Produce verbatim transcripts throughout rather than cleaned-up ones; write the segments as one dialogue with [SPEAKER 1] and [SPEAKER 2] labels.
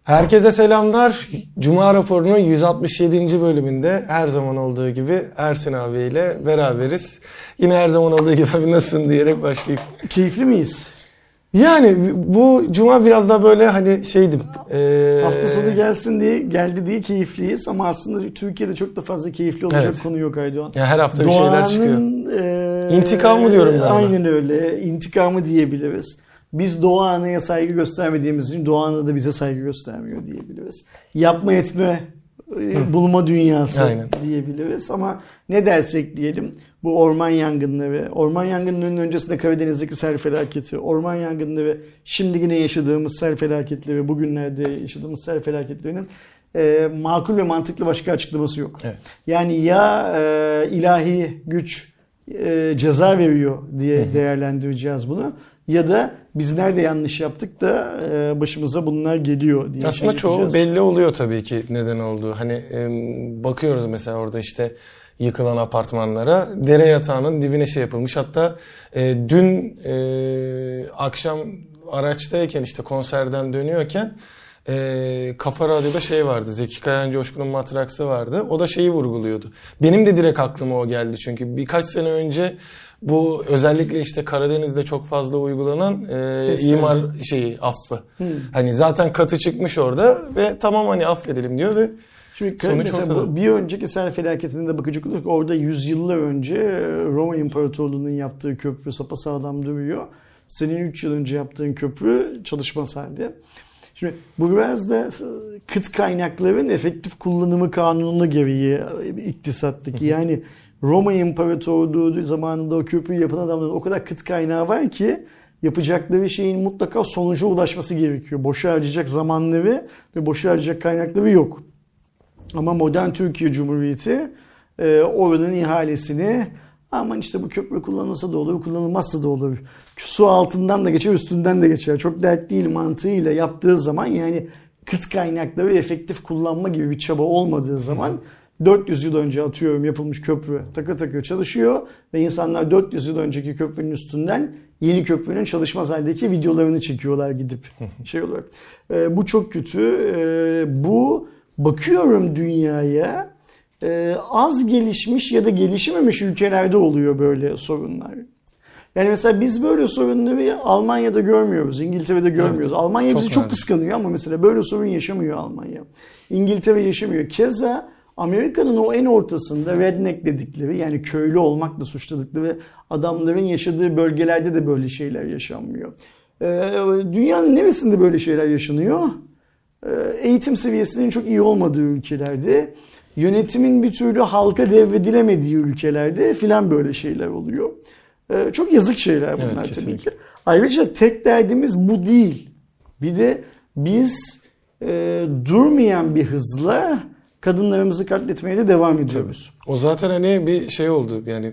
[SPEAKER 1] Herkese selamlar. Cuma raporunun yüz altmış yedinci bölümünde her zaman olduğu gibi Ersin abiyle beraberiz. Yine her zaman olduğu gibi abi nasılsın diyerek başlayayım.
[SPEAKER 2] Keyifli miyiz?
[SPEAKER 1] Yani bu cuma biraz daha böyle hani şeydim.
[SPEAKER 2] Ee... Hafta sonu gelsin diye geldi diye keyifliyiz ama aslında Türkiye'de çok da fazla keyifli olacak evet. Konu yok Aydoğan.
[SPEAKER 1] Ya her hafta bir
[SPEAKER 2] Doğanın,
[SPEAKER 1] şeyler çıkıyor.
[SPEAKER 2] E...
[SPEAKER 1] İntikamı diyorum ben.
[SPEAKER 2] Aynen öyle. İntikamı diyebiliriz. Biz doğa anaya saygı göstermediğimiz için doğa ana da bize saygı göstermiyor diyebiliriz. Yapma etme, Hı. bulma dünyası Aynen. diyebiliriz ama ne dersek diyelim bu orman yangınları, orman yangınlarının öncesinde Karadeniz'deki sel felaketi, orman yangınları, şimdi yine yaşadığımız sel felaketleri, bugünlerde yaşadığımız sel felaketlerinin e, makul ve mantıklı başka açıklaması yok. Evet. Yani ya e, ilahi güç e, ceza veriyor diye Hı. değerlendireceğiz bunu. Ya da biz nerede yanlış yaptık da başımıza bunlar geliyor diye.
[SPEAKER 1] Aslında
[SPEAKER 2] şey
[SPEAKER 1] çoğu belli oluyor tabii ki neden olduğu. Hani bakıyoruz mesela orada işte yıkılan apartmanlara dere yatağının dibine şey yapılmış. Hatta e, dün e, akşam araçtayken işte konserden dönüyorken e, Kafa Radyo'da şey vardı. Zeki Kayan Coşkun'un Matraksı vardı. O da şeyi vurguluyordu. Benim de direkt aklıma o geldi çünkü birkaç sene önce bu özellikle işte Karadeniz'de çok fazla uygulanan e, imar şeyi affı. Hmm. Hani zaten katı çıkmış orada ve tamam hani affedelim diyor ve
[SPEAKER 2] Şimdi mesela bir önceki sel felaketine de bakacak olursak orada yüzyıllar önce Roma İmparatorluğu'nun yaptığı köprü sapasağlam duruyor. Senin üç yıl önce yaptığın köprü çalışmaz halde. Şimdi bu biraz da kıt kaynakların efektif kullanımı kanunu gereği iktisattaki yani Roma İmparatorluğu zamanında o köprüyü yapan adamların o kadar kıt kaynağı var ki yapacakları şeyin mutlaka sonuca ulaşması gerekiyor. Boşa harcayacak zamanları ve boşa harcayacak kaynakları yok. Ama modern Türkiye Cumhuriyeti e, oranın ihalesini aman işte bu köprü kullanılsa da olur, kullanılmazsa da olur. Su altından da geçer, üstünden de geçer. Çok dert değil mantığıyla yaptığı zaman yani kıt kaynakları efektif kullanma gibi bir çaba olmadığı zaman dört yüz yıl önce atıyorum yapılmış köprü takır takır çalışıyor ve insanlar dört yüz yıl önceki köprünün üstünden yeni köprünün çalışmaz haldeki videolarını çekiyorlar gidip şey olarak. E, bu çok kötü. E, bu bakıyorum dünyaya e, az gelişmiş ya da gelişmemiş ülkelerde oluyor böyle sorunlar. Yani mesela biz böyle sorunları Almanya'da görmüyoruz, İngiltere'de görmüyoruz. Evet, Almanya bizi çok, çok kıskanıyor ama mesela böyle sorun yaşamıyor Almanya. İngiltere yaşamıyor. Keza Amerika'nın o en ortasında redneck dedikleri yani köylü olmakla suçladıkları adamların yaşadığı bölgelerde de böyle şeyler yaşanmıyor. Ee, dünyanın neresinde böyle şeyler yaşanıyor? Ee, eğitim seviyesinin çok iyi olmadığı ülkelerde, yönetimin bir türlü halka devredilemediği ülkelerde filan böyle şeyler oluyor. Ee, çok yazık şeyler bunlar evet, tabii ki. Ayrıca tek derdimiz bu değil. Bir de biz e, durmayan bir hızla kadınlarımızı katletmeye de devam ediyoruz.
[SPEAKER 1] Tabii. O zaten hani bir şey oldu yani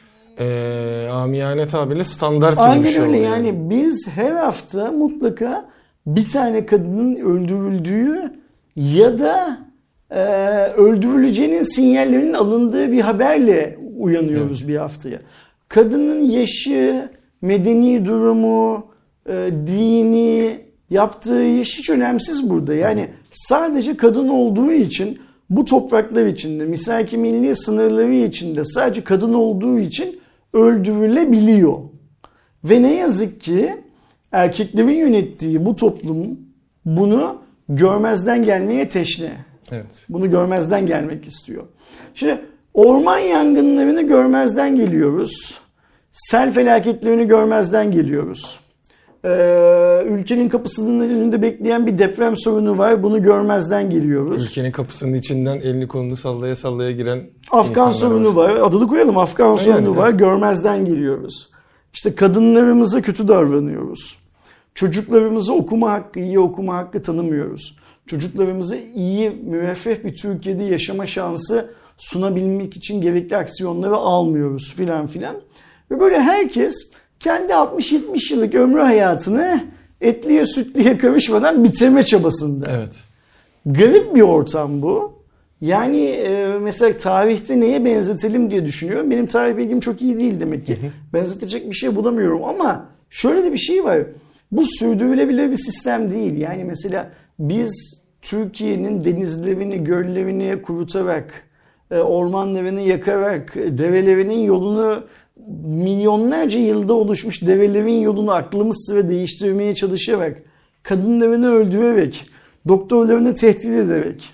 [SPEAKER 1] e, amiyane tabirle standart gibi
[SPEAKER 2] Aynen
[SPEAKER 1] bir şey
[SPEAKER 2] öyle.
[SPEAKER 1] oldu.
[SPEAKER 2] Yani. yani biz her hafta mutlaka bir tane kadının öldürüldüğü ya da e, öldürüleceğinin sinyallerinin alındığı bir haberle uyanıyoruz evet. bir haftaya. Kadının yaşı, medeni durumu, e, dini, yaptığı iş hiç önemsiz burada. Yani sadece kadın olduğu için bu topraklar içinde, misaki milli sınırları içinde sadece kadın olduğu için öldürülebiliyor. Ve ne yazık ki erkeklerin yönettiği bu toplum bunu görmezden gelmeye teşne.
[SPEAKER 1] Evet.
[SPEAKER 2] Bunu görmezden gelmek istiyor. Şimdi orman yangınlarını görmezden geliyoruz. Sel felaketlerini görmezden geliyoruz. Ee, ülkenin kapısının önünde bekleyen bir deprem sorunu var. Bunu görmezden geliyoruz.
[SPEAKER 1] Ülkenin kapısının içinden elini kolunu sallaya sallaya giren
[SPEAKER 2] Afgan sorunu var. var. Adını koyalım. Afgan yani, sorunu evet. var. Görmezden geliyoruz. İşte kadınlarımıza kötü davranıyoruz. Çocuklarımıza okuma hakkı, iyi okuma hakkı tanımıyoruz. Çocuklarımıza iyi, müreffeh bir Türkiye'de yaşama şansı sunabilmek için gerekli aksiyonları almıyoruz filan filan. Ve böyle herkes kendi altmış yetmiş yıllık ömrü hayatını etliye sütliye karışmadan bitirme çabasında.
[SPEAKER 1] Evet.
[SPEAKER 2] Garip bir ortam bu. Yani e, mesela tarihte neye benzetelim diye düşünüyorum. Benim tarih bilgim çok iyi değil demek ki. Hı hı. Benzetecek bir şey bulamıyorum ama şöyle de bir şey var. Bu sürdürülebilir bir sistem değil. Yani mesela biz Türkiye'nin denizlerini, göllerini kurutarak, ormanlarını yakarak, develerinin yolunu, milyonlarca yılda oluşmuş develerin yolunu aklımız sıra değiştirmeye çalışarak, kadınlarını öldürerek, doktorlarını tehdit ederek,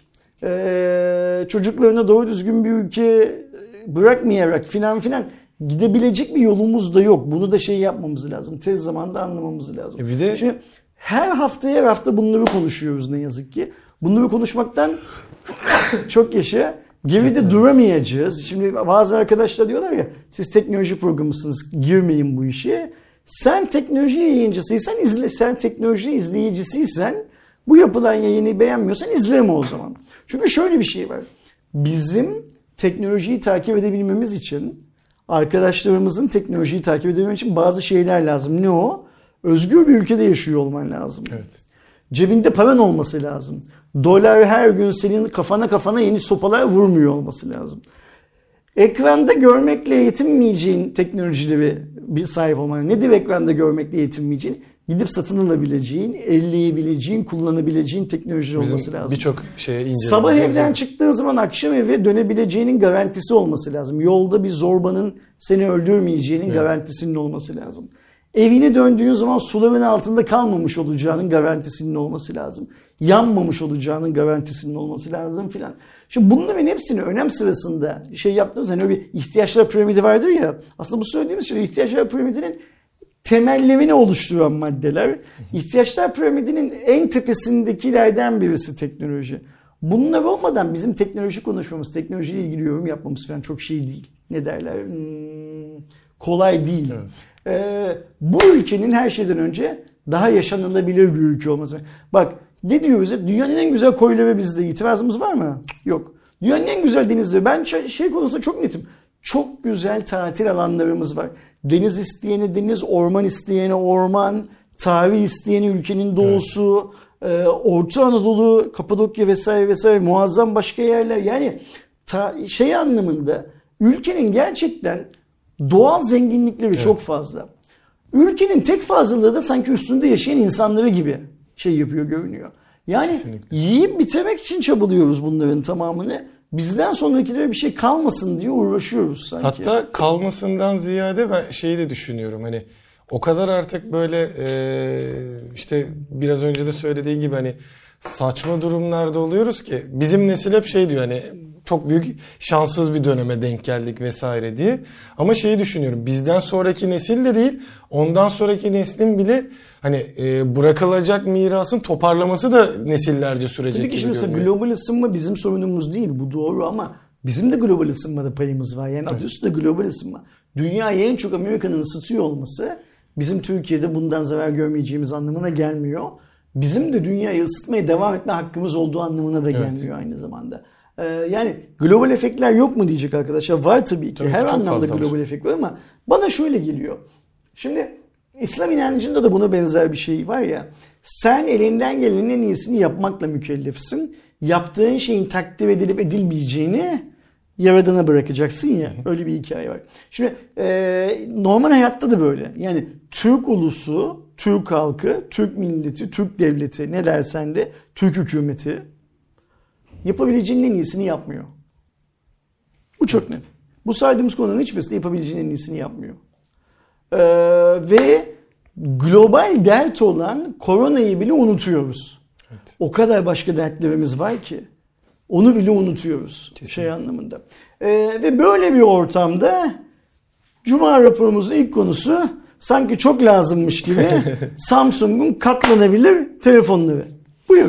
[SPEAKER 2] çocuklarına doğru düzgün bir ülke bırakmayarak filan filan gidebilecek bir yolumuz da yok. Bunu da şey yapmamız lazım. Tez zamanda anlamamız lazım.
[SPEAKER 1] E bir de...
[SPEAKER 2] Şimdi her hafta her hafta bunları konuşuyoruz ne yazık ki. Bunları konuşmaktan çok yaşa geride duramayacağız. Şimdi bazı arkadaşlar diyorlar ya, siz teknoloji programısınız, girmeyin bu işe. Sen teknoloji yayıncısıysan izle. Sen teknoloji izleyicisiysen bu yapılan yayını beğenmiyorsan izleme o zaman. Çünkü şöyle bir şey var. Bizim teknolojiyi takip edebilmemiz için, arkadaşlarımızın teknolojiyi takip edebilmemiz için bazı şeyler lazım. Ne o? Özgür bir ülkede yaşıyor olman lazım.
[SPEAKER 1] Evet.
[SPEAKER 2] Cebinde paran olması lazım. Dolar her gün senin kafana kafana yeni sopalar vurmuyor olması lazım. Ekranda görmekle yetinmeyeceğin teknolojileri bir sahip olman. Nedir ekranda görmekle yetinmeyeceğin? Gidip satın alabileceğin, elleyebileceğin, kullanabileceğin teknoloji
[SPEAKER 1] Bizim
[SPEAKER 2] olması lazım.
[SPEAKER 1] Birçok şeye inceleyeceğiz.
[SPEAKER 2] Sabah evden çıktığın zaman akşam eve dönebileceğinin garantisi olması lazım. Yolda bir zorbanın seni öldürmeyeceğinin evet. garantisinin olması lazım. Evine döndüğün zaman suların altında kalmamış olacağının garantisinin olması lazım. Yanmamış olacağının garantisinin olması lazım filan. Şimdi bunların hepsini önem sırasında şey yaptığımız, hani bir ihtiyaçlar piramidi vardır ya. Aslında bu söylediğimiz şey ihtiyaçlar piramidinin temellerini oluşturan maddeler. İhtiyaçlar piramidinin en tepesindekilerden birisi teknoloji. Bunlar olmadan bizim teknoloji konuşmamız, teknolojiyle ilgili yorum yapmamız falan çok şey değil. Ne derler? Hmm, kolay değil. Evet. Ee, bu ülkenin her şeyden önce daha yaşanılabilir bir ülke olması. Bak ne diyoruz hep? Dünyanın en güzel koyları bizde. İtirazımız var mı? Yok. Dünyanın en güzel denizleri. Ben şey konusunda çok netim. Çok güzel tatil alanlarımız var. Deniz isteyeni deniz, orman isteyeni orman, tarih isteyeni ülkenin doğusu, evet. e, Orta Anadolu, Kapadokya vesaire vesaire muazzam başka yerler. Yani ta, şey anlamında ülkenin gerçekten doğal zenginlikleri evet. çok fazla. Ülkenin tek fazlalığı da sanki üstünde yaşayan insanları gibi şey yapıyor, görünüyor. Yani kesinlikle. Yiyip bitirmek için çabalıyoruz bunların tamamını. Bizden sonrakilere bir şey kalmasın diye uğraşıyoruz sanki.
[SPEAKER 1] Hatta kalmasından ziyade ben şeyi de düşünüyorum. Hani o kadar artık böyle e, işte biraz önce de söylediğin gibi hani saçma durumlarda oluyoruz ki bizim nesil hep şey diyor hani çok büyük şanssız bir döneme denk geldik vesaire diye. Ama şeyi düşünüyorum, bizden sonraki nesil de değil, ondan sonraki neslin bile hani e, bırakılacak mirasın toparlaması da nesillerce sürecek
[SPEAKER 2] Tabii ki
[SPEAKER 1] gibi
[SPEAKER 2] şimdi
[SPEAKER 1] görünüyor.
[SPEAKER 2] Global ısınma bizim sorunumuz değil, bu doğru, ama bizim de global ısınmada payımız var. Yani adı üstünde global ısınma. Dünyayı en çok Amerika'nın ısıtıyor olması bizim Türkiye'de bundan zarar görmeyeceğimiz anlamına gelmiyor. Bizim de dünyayı ısıtmaya devam etme hakkımız olduğu anlamına da gelmiyor evet. aynı zamanda. Ee, yani global efektler yok mu diyecek arkadaşlar. Var tabii ki. Tabii Her ki anlamda global efekt var ama bana şöyle geliyor. Şimdi İslam inancında da buna benzer bir şey var ya. Sen elinden gelenin en iyisini yapmakla mükellefsin. Yaptığın şeyin takdir edilip edilmeyeceğini Yaradan'a bırakacaksın ya. Öyle bir hikaye var. Şimdi e, normal hayatta da böyle. Yani Türk ulusu, Türk halkı, Türk milleti, Türk devleti, ne dersen de Türk hükümeti yapabileceğinin en iyisini yapmıyor. Bu çok net. Bu saydığımız konuların hiçbirisinde yapabileceğinin en iyisini yapmıyor. Ee, ve global dert olan koronayı bile unutuyoruz. Evet. O kadar başka dertlerimiz var ki onu bile unutuyoruz. Kesinlikle. Şey anlamında. Ee, ve böyle bir ortamda Cuma raporumuzun ilk konusu sanki çok lazımmış gibi Samsung'un katlanabilir telefonları. Buyur.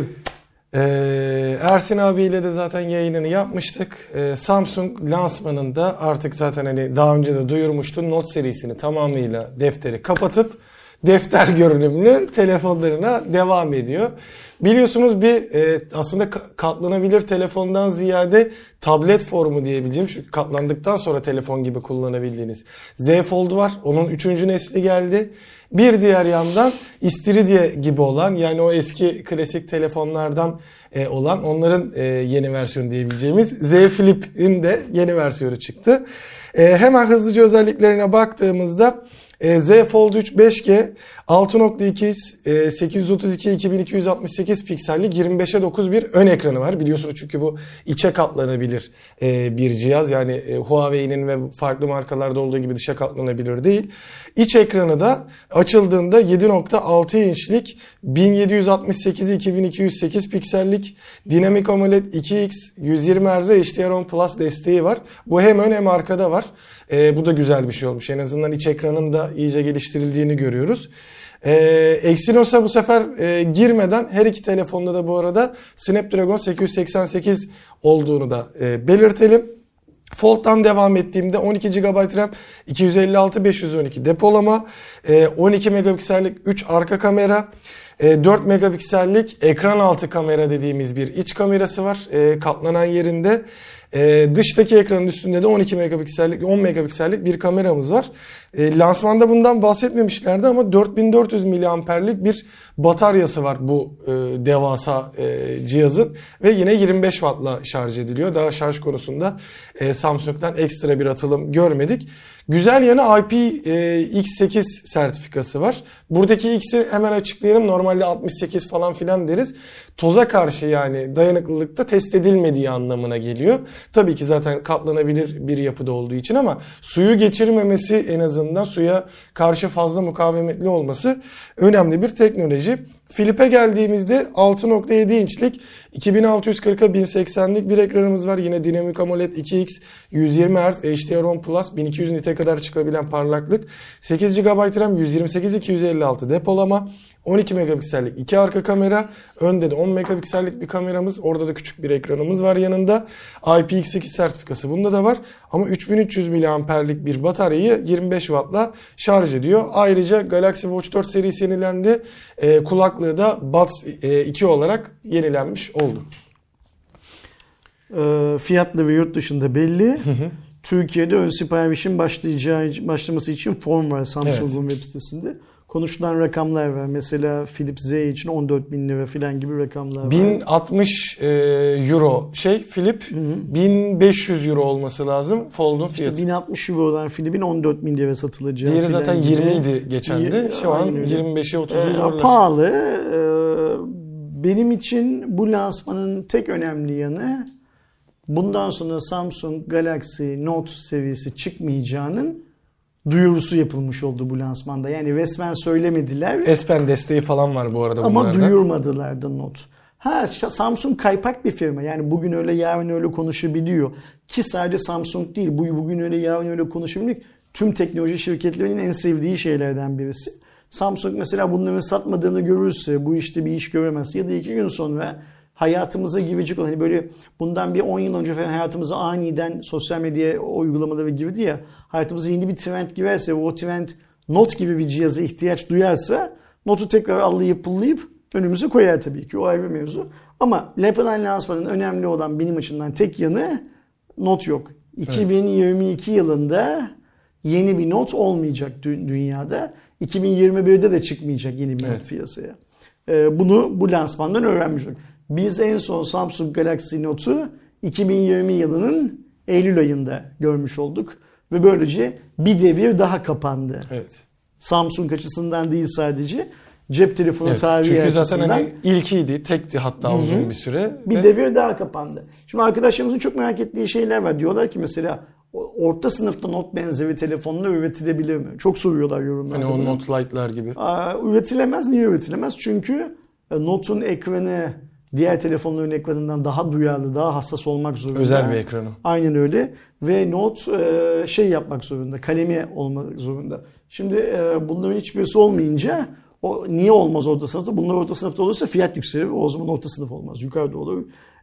[SPEAKER 1] Ee, Ersin abiyle de zaten yayınını yapmıştık. Ee, Samsung lansmanında artık zaten hani daha önce de duyurmuştu. Note serisini tamamıyla defteri kapatıp defter görünümlü telefonlarına devam ediyor. Biliyorsunuz bir e, aslında katlanabilir telefondan ziyade tablet formu diyebileceğim, çünkü katlandıktan sonra telefon gibi kullanabildiğiniz Z Fold var. Onun üçüncü nesli geldi. Bir diğer yandan istiridye gibi olan, yani o eski klasik telefonlardan e, olan, onların e, yeni versiyonu diyebileceğimiz Z Flip'in de yeni versiyonu çıktı. E, hemen hızlıca özelliklerine baktığımızda e, Z Fold üç beş G altı nokta iki sekiz yüz otuz iki iki bin iki yüz altmış sekiz piksellik yirmi beşe dokuz bir ön ekranı var. Biliyorsunuz çünkü bu içe katlanabilir bir cihaz. Yani Huawei'nin ve farklı markalarda olduğu gibi dışa katlanabilir değil. İç ekranı da açıldığında yedi nokta altı inçlik bin yedi yüz altmış sekiz iki bin iki yüz sekiz piksellik Dynamic AMOLED iki X yüz yirmi Hz H D R on Plus desteği var. Bu hem ön hem arkada var. E, bu da güzel bir şey olmuş. En azından iç ekranın da iyice geliştirildiğini görüyoruz. E, Exynos'a bu sefer e, girmeden her iki telefonda da bu arada Snapdragon sekiz yüz seksen sekiz olduğunu da e, belirtelim. Fold'dan devam ettiğimde on iki gigabayt RAM, iki yüz elli altı beş yüz on iki depolama, on iki megapiksellik üç arka kamera, dört megapiksellik ekran altı kamera dediğimiz bir iç kamerası var katlanan yerinde. Ee, dıştaki ekranın üstünde de on iki megapiksellik, on megapiksellik bir kameramız var. Ee, lansmanda bundan bahsetmemişlerdi ama dört bin dört yüz miliamperlik bir bataryası var bu e, devasa e, cihazın ve yine yirmi beş wattla şarj ediliyor. Daha şarj konusunda e, Samsung'dan ekstra bir atılım görmedik. Güzel yanı I P X sekiz sertifikası var. Buradaki X'i hemen açıklayalım. Normalde altmış sekiz falan filan deriz. Toza karşı yani dayanıklılıkta test edilmediği anlamına geliyor. Tabii ki zaten katlanabilir bir yapıda olduğu için ama suyu geçirmemesi, en azından suya karşı fazla mukavemetli olması önemli bir teknoloji. Flip'e geldiğimizde altı nokta yedi inçlik iki bin altı yüz kırk'a bin seksenlik bir ekranımız var. Yine Dynamic AMOLED iki X yüz yirmi Hz H D R on Plus bin iki yüz nite kadar çıkabilen parlaklık. sekiz gigabayt RAM, yüz yirmi sekiz iki yüz elli altı depolama. on iki megapiksellik iki arka kamera. Önde de on megapiksellik bir kameramız. Orada da küçük bir ekranımız var yanında. I P X sekiz sertifikası bunda da var. Ama üç bin üç yüz miliamperlik bir bataryayı yirmi beş wattla şarj ediyor. Ayrıca Galaxy Watch dört serisi yenilendi. E, kulaklığı da Buds iki olarak yenilenmiş oldu.
[SPEAKER 2] E, fiyatlı ve yurt dışında belli. Hı hı. Türkiye'de ön siparişin başlayacağı, başlaması için form var Samsung'un evet. web sitesinde. Konuşulan rakamlar var. Mesela Philips Z için on dört bin lira falan gibi rakamlar var.
[SPEAKER 1] bin altmış e, euro şey Philip, hı hı. bin beş yüz euro olması lazım Fold'un fiyatı.
[SPEAKER 2] İşte bin altmış euro olan Philip'in on dört bin lira satılacağı.
[SPEAKER 1] Diğeri zaten yirmi idi geçen de. Şu an yirmi beşe otuza zorlar.
[SPEAKER 2] Pahalı. Ee, benim için bu lansmanın tek önemli yanı bundan sonra Samsung Galaxy Note seviyesi çıkmayacağının duyurusu yapılmış oldu bu lansmanda. Yani resmen söylemediler.
[SPEAKER 1] S Pen desteği falan var bu arada
[SPEAKER 2] ama
[SPEAKER 1] bunlarda.
[SPEAKER 2] Duyurmadılar da Note. Ha, Samsung kaypak bir firma. Yani bugün öyle yarın öyle konuşabiliyor. Ki sadece Samsung değil. Bugün öyle yarın öyle konuşabiliyor. Tüm teknoloji şirketlerinin en sevdiği şeylerden birisi. Samsung mesela bunların satmadığını görürse, bu işte bir iş göremez ya da iki gün sonra hayatımıza girecek olan, hani böyle bundan bir on yıl önce falan hayatımıza aniden sosyal medya uygulamaları girdi ya, hayatımıza yeni bir trend girerse, o trend Note gibi bir cihaza ihtiyaç duyarsa Note'u tekrar allayıp pullayıp önümüze koyar tabii ki, o ayrı mevzu. Ama Apple'ın lansmanının önemli olan benim açımdan tek yanı Note yok. iki bin yirmi iki evet. yılında yeni bir Note olmayacak dünyada. iki bin yirmi birde de çıkmayacak yeni bir Note evet. piyasaya. Bunu bu lansmandan öğrenmiş olduk. Biz en son Samsung Galaxy Note'u iki bin yirmi yılının Eylül ayında görmüş olduk. Ve böylece bir devir daha kapandı.
[SPEAKER 1] Evet.
[SPEAKER 2] Samsung açısından değil sadece, cep telefonu evet, tarihi
[SPEAKER 1] çünkü
[SPEAKER 2] açısından.
[SPEAKER 1] Çünkü zaten hani ilkiydi, tekti hatta Hı-hı. uzun bir süre.
[SPEAKER 2] Bir ve... devir daha kapandı. Şimdi arkadaşlarımızın çok merak ettiği şeyler var. Diyorlar ki mesela orta sınıfta Note benzeri telefonla üretilebilir mi? Çok soruyorlar yorumlarda.
[SPEAKER 1] Hani o Note Lite'lar gibi.
[SPEAKER 2] Aa, üretilemez. Niye üretilemez? Çünkü Note'un ekranı diğer telefonların ekranından daha duyarlı, daha hassas olmak zorunda.
[SPEAKER 1] Özel bir ekranı.
[SPEAKER 2] Aynen öyle. Ve Note şey yapmak zorunda, kalemi olmak zorunda. Şimdi bunların hiçbirisi olmayınca o niye olmaz orta sınıfta? Bunlar orta sınıfta olursa fiyat yükselir. O zaman orta sınıf olmaz. Yukarıda olur.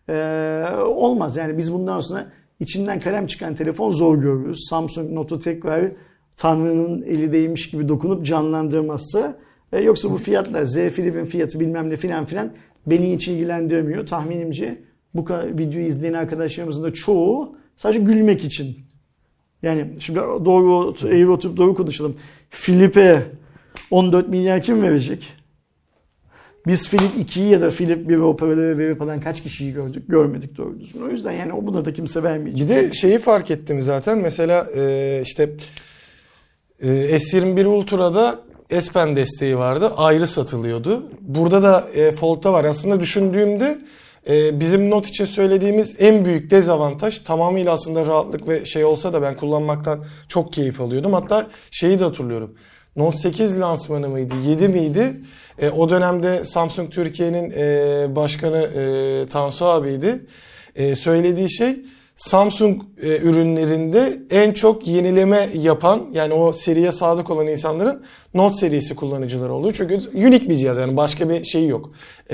[SPEAKER 2] Ee, olmaz. Yani biz bundan sonra içinden kalem çıkan telefon zor görürüz. Samsung Note'u tekrar Tanrı'nın eli değmiş gibi dokunup canlandırmazsa. E, yoksa bu fiyatlar, Z Flip'in fiyatı bilmem ne filan filan beni hiç ilgilendirmiyor. Tahminimce bu videoyu izleyen arkadaşlarımızın da çoğu sadece gülmek için. Yani şimdi doğru, eğri oturup doğru konuşalım. Philip'e on dört milyar kim verecek? Biz Philip ikiyi ya da Philip biri o paraları verip falan kaç kişiyi gördük? Görmedik doğru düzgün. O yüzden yani o buna da kimse vermeyecek.
[SPEAKER 1] Bir de şeyi fark ettim zaten. Mesela işte S yirmi bir Ultra'da S Pen desteği vardı. Ayrı satılıyordu. Burada da e, Fold'da var. Aslında düşündüğümde e, bizim Note için söylediğimiz en büyük dezavantaj tamamıyla aslında rahatlık ve şey olsa da ben kullanmaktan çok keyif alıyordum. Hatta şeyi de hatırlıyorum. Note sekiz lansmanı mıydı? yedi miydi? E, o dönemde Samsung Türkiye'nin e, başkanı e, Tansu abiydi. E, söylediği şey Samsung e, ürünlerinde en çok yenileme yapan, yani o seriye sadık olan insanların Note serisi kullanıcıları oluyor. Çünkü unik bir cihaz, yani başka bir şey yok.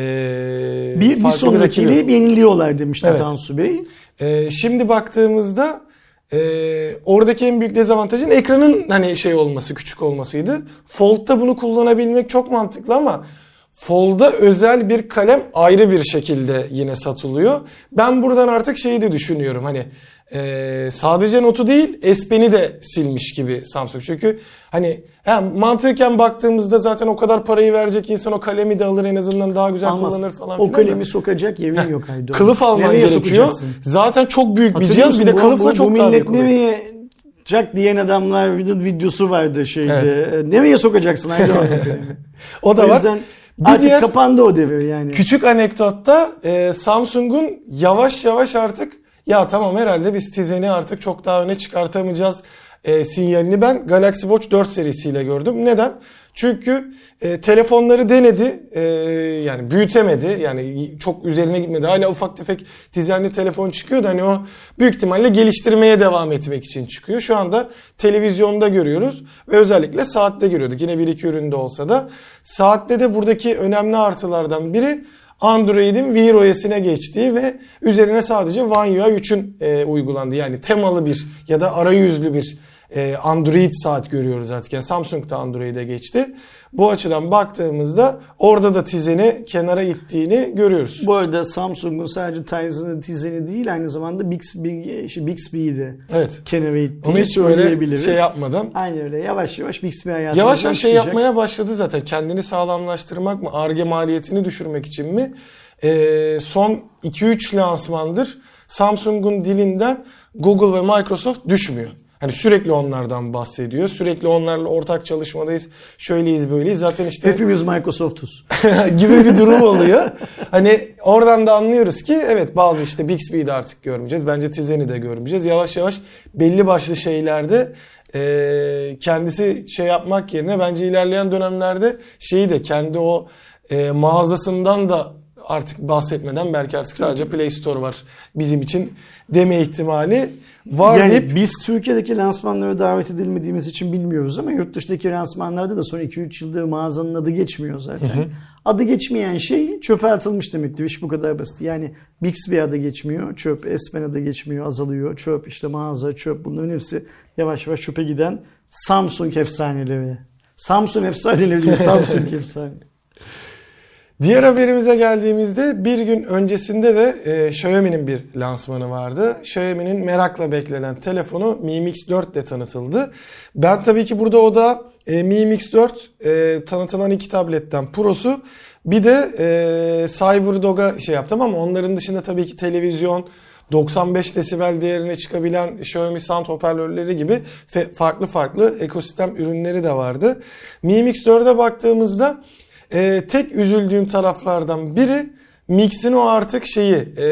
[SPEAKER 2] E, bir, bir sonrakiyle yeniliyorlar demişti evet. Tansu Bey.
[SPEAKER 1] E, şimdi baktığımızda Ee, oradaki en büyük dezavantajın ekranın hani şey olması, küçük olmasıydı. Fold'da bunu kullanabilmek çok mantıklı ama Fold'da özel bir kalem ayrı bir şekilde yine satılıyor. Ben buradan artık şeyi de düşünüyorum, hani e, sadece Note'u değil S Pen'i de silmiş gibi Samsung. Çünkü hani he, mantıken baktığımızda zaten o kadar parayı verecek insan o kalemi de alır, en azından daha güzel
[SPEAKER 2] Almaz.
[SPEAKER 1] kullanır falan.
[SPEAKER 2] O kalemi da sokacak yerin yok Aydo.
[SPEAKER 1] Kılıf alman nereye gerekiyor. Sokacaksın? Zaten çok büyük bir cihaz, bir de kılıfla bu, çok
[SPEAKER 2] bu
[SPEAKER 1] daha büyük.
[SPEAKER 2] Bu millet nereye Jack diyen adamlar videosu vardı şeyde. Evet. Nereye sokacaksın Aydo?
[SPEAKER 1] O da
[SPEAKER 2] o
[SPEAKER 1] var.
[SPEAKER 2] Yüzden artık diğer, kapandı o devir yani.
[SPEAKER 1] Küçük anekdotta e, Samsung'un yavaş yavaş artık ya tamam herhalde biz Tizen'i artık çok daha öne çıkartamayacağız e, sinyalini ben Galaxy Watch dört serisiyle gördüm. Neden? Çünkü e, telefonları denedi, e, yani büyütemedi, yani çok üzerine gitmedi. Hala ufak tefek Tizen'li telefon çıkıyor da hani o büyük ihtimalle geliştirmeye devam etmek için çıkıyor. Şu anda televizyonda görüyoruz ve özellikle saatte görüyorduk. Yine bir iki üründe olsa da. Saatte de buradaki önemli artılardan biri Android'in Wear O S'ine geçtiği ve üzerine sadece One U I üçün e, uygulandığı, yani temalı bir ya da arayüzlü bir e, Android saat görüyoruz artık. Yani Samsung da Android'e geçti. Bu açıdan baktığımızda orada da Tizen'i kenara ittiğini görüyoruz.
[SPEAKER 2] Bu arada Samsung'un sadece Tizen'i, Tizen'i değil aynı zamanda Bixby, şey, Bixby'yi de
[SPEAKER 1] evet.
[SPEAKER 2] kenara ittiğini
[SPEAKER 1] onu hiç öyle şey yapmadan.
[SPEAKER 2] Aynen öyle yavaş yavaş Bixby hayatımızdan
[SPEAKER 1] Yavaş yavaş şey
[SPEAKER 2] çıkacak.
[SPEAKER 1] yapmaya başladı zaten. Kendini sağlamlaştırmak mı, Ar-Ge maliyetini düşürmek için mi? Ee, son iki üç lansmandır Samsung'un dilinden Google ve Microsoft düşmüyor. Hani sürekli onlardan bahsediyor. Sürekli onlarla ortak çalışmadayız. Şöyleyiz, böyleyiz. Zaten işte
[SPEAKER 2] hepimiz Microsoft'uz
[SPEAKER 1] gibi bir durum oluyor. Hani oradan da anlıyoruz ki evet, bazı işte Bixby'yi de artık görmeyeceğiz. Bence Tizen'i de görmeyeceğiz. Yavaş yavaş belli başlı şeylerde e, kendisi şey yapmak yerine bence ilerleyen dönemlerde şeyi de kendi o e, mağazasından da artık bahsetmeden belki artık sadece Play Store var bizim için deme ihtimali var
[SPEAKER 2] yani
[SPEAKER 1] deyip,
[SPEAKER 2] biz Türkiye'deki lansmanlara davet edilmediğimiz için bilmiyoruz ama yurt dışındaki lansmanlarda da son iki üç yıldır mağazanın adı geçmiyor zaten. Hı hı. Adı geçmeyen şey çöpe atılmış demektir. İş bu kadar basit. Yani Bixby adı geçmiyor, çöp. S Pen adı geçmiyor, azalıyor. Çöp, işte mağaza, çöp. Bunların hepsi yavaş yavaş çöpe giden Samsung efsaneleri. Samsung efsaneleri değil, Samsung efsaneleri.
[SPEAKER 1] Diğer haberimize geldiğimizde bir gün öncesinde de e, Xiaomi'nin bir lansmanı vardı. Xiaomi'nin merakla beklenen telefonu Mi Mix dört ile tanıtıldı. Ben tabii ki burada o da e, Mi Mix dört e, tanıtılan iki tabletten Pro'su, bir de e, CyberDog'a şey yaptım ama onların dışında tabii ki televizyon, doksan beş desibel değerine çıkabilen Xiaomi Sound hoparlörleri gibi farklı farklı ekosistem ürünleri de vardı. Mi Mix dört'e baktığımızda Ee, tek üzüldüğüm taraflardan biri Mix'in o artık şeyi e,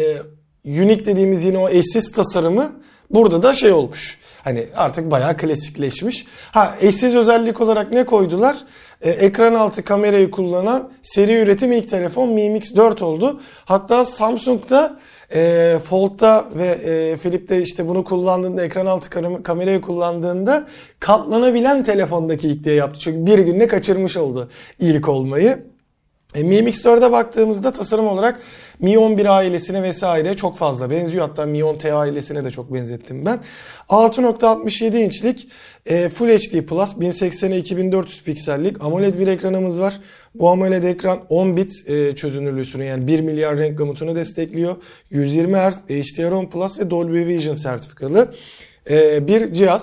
[SPEAKER 1] unique dediğimiz yine o eşsiz tasarımı burada da şey olmuş. Hani artık bayağı klasikleşmiş. Ha, eşsiz özellik olarak ne koydular? Ee, ekran altı kamerayı kullanan seri üretim ilk telefon Mi Mix dört oldu. Hatta Samsung'da e, Fold'da ve e, Flip'te işte bunu kullandığında, ekran altı kamerayı kullandığında katlanabilen telefondaki ilk diye yaptı. Çünkü bir günde kaçırmış oldu ilk olmayı. E, Mi Mix dört'e baktığımızda tasarım olarak Mi on bir ailesine vesaire çok fazla benziyor. Hatta Mi on T ailesine de çok benzettim ben. altı nokta altmış yedi inçlik e, Full H D Plus bin seksene iki bin dört yüz piksellik AMOLED bir ekranımız var. Bu AMOLED ekran on bit e, çözünürlüğünü, yani bir milyar renk gamutunu destekliyor. yüz yirmi hertz H D R on Plus ve Dolby Vision sertifikalı e, bir cihaz.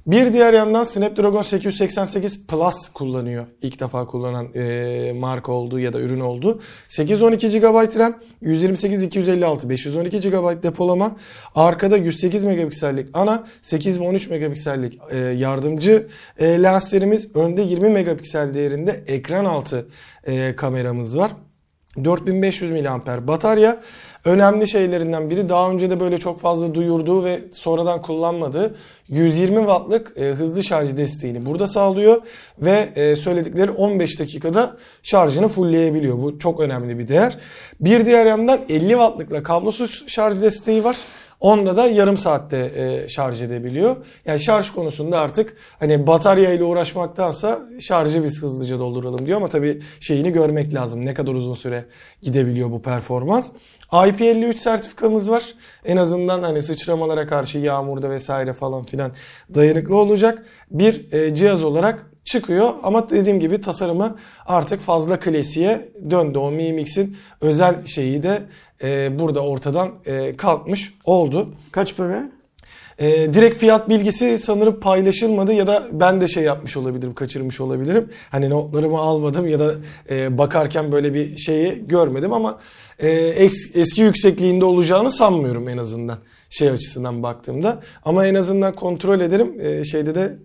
[SPEAKER 1] Bir diğer yandan Snapdragon sekiz yüz seksen sekiz Plus kullanıyor. İlk defa kullanan e, marka olduğu ya da ürün oldu. sekiz yüz on iki gigabayt RAM, yüz yirmi sekiz iki yüz elli altı, beş yüz on iki gigabayt depolama. Arkada yüz sekiz megapiksellik ana, sekiz ve on üç megapiksellik e, yardımcı e, lenslerimiz. Önde yirmi megapiksel değerinde ekran altı e, kameramız var. dört bin beş yüz miliamper batarya. Önemli şeylerinden biri, daha önce de böyle çok fazla duyurduğu ve sonradan kullanmadığı yüz yirmi wattlık e, hızlı şarj desteğini burada sağlıyor ve e, söyledikleri on beş dakikada şarjını fullleyebiliyor. Bu çok önemli bir değer. Bir diğer yandan elli wattlıkla kablosuz şarj desteği var. Onda da yarım saatte e, şarj edebiliyor. Yani şarj konusunda artık hani batarya ile uğraşmaktansa şarjı biz hızlıca dolduralım diyor ama tabii şeyini görmek lazım. Ne kadar uzun süre gidebiliyor bu performans. I P elli üç sertifikamız var. En azından hani sıçramalara karşı yağmurda vesaire falan filan dayanıklı olacak bir e, cihaz olarak çıkıyor. Ama dediğim gibi tasarımı artık fazla klasiğe döndü. O Mi Mix'in özel şeyi de e, burada ortadan e, kalkmış oldu.
[SPEAKER 2] Kaç para?
[SPEAKER 1] E, direkt fiyat bilgisi sanırım paylaşılmadı ya da ben de şey yapmış olabilirim, kaçırmış olabilirim. Hani notlarımı almadım ya da e, bakarken böyle bir şeyi görmedim ama e, es, eski yüksekliğinde olacağını sanmıyorum en azından şey açısından baktığımda. Ama en azından kontrol ederim. E, şeyde de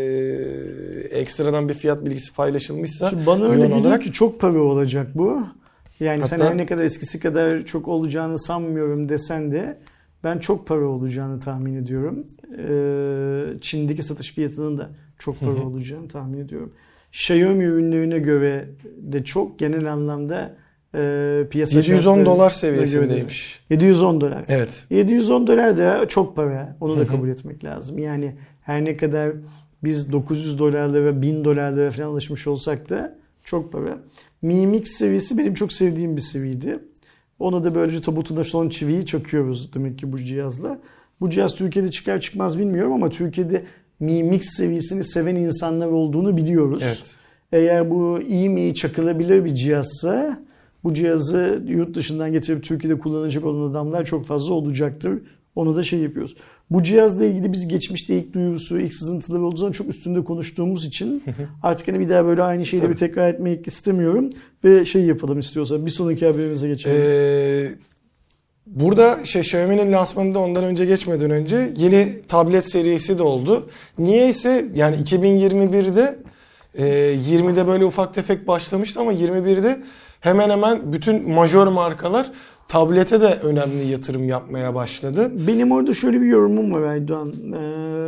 [SPEAKER 1] e, ekstradan bir fiyat bilgisi paylaşılmışsa.
[SPEAKER 2] Şimdi bana öyle geliyor olarak... ki çok para olacak bu. Yani hatta... sen her ne kadar eskisi kadar çok olacağını sanmıyorum desen de ben çok para olacağını tahmin ediyorum. Ee, Çin'deki satış fiyatının da çok para olacağını tahmin ediyorum. Xiaomi ürünlerine göre de çok genel anlamda e, piyasa
[SPEAKER 1] yedi yüz on dolar seviyesindeymiş.
[SPEAKER 2] yedi yüz on dolar.
[SPEAKER 1] Evet.
[SPEAKER 2] yedi yüz on dolar da çok para. Onu da kabul etmek lazım. Yani her ne kadar biz dokuz yüz dolarlara, bin dolarlara falan alışmış olsak da çok para. Mi Mix seviyesi benim çok sevdiğim bir seviydi. Ona da böylece tabutuna son çiviyi çakıyoruz demek ki bu cihazla. Bu cihaz Türkiye'de çıkar çıkmaz bilmiyorum ama Türkiye'de Mi Mix seviyesini seven insanlar olduğunu biliyoruz.
[SPEAKER 1] Evet.
[SPEAKER 2] Eğer bu iyi mi çakılabilir bir cihazsa bu cihazı yurt dışından getirip Türkiye'de kullanacak olan adamlar çok fazla olacaktır. Onu da şey yapıyoruz. Bu cihazla ilgili biz geçmişte ilk duyurusu, ilk sızıntıları olduğu zaman çok üstünde konuştuğumuz için artık hani bir daha böyle aynı şeyleri bir tekrar etmek istemiyorum. Ve şey yapalım istiyorsan bir sonraki haberimize geçelim. Ee,
[SPEAKER 1] burada şey Xiaomi'nin lansmanında ondan önce geçmeden önce yeni tablet serisi de oldu. Niyeyse yani iki bin yirmi birde e, yirmide böyle ufak tefek başlamıştı ama yirmi birde hemen hemen bütün major markalar tablete de önemli yatırım yapmaya başladı.
[SPEAKER 2] Benim orada şöyle bir yorumum var Aydoğan. Ee,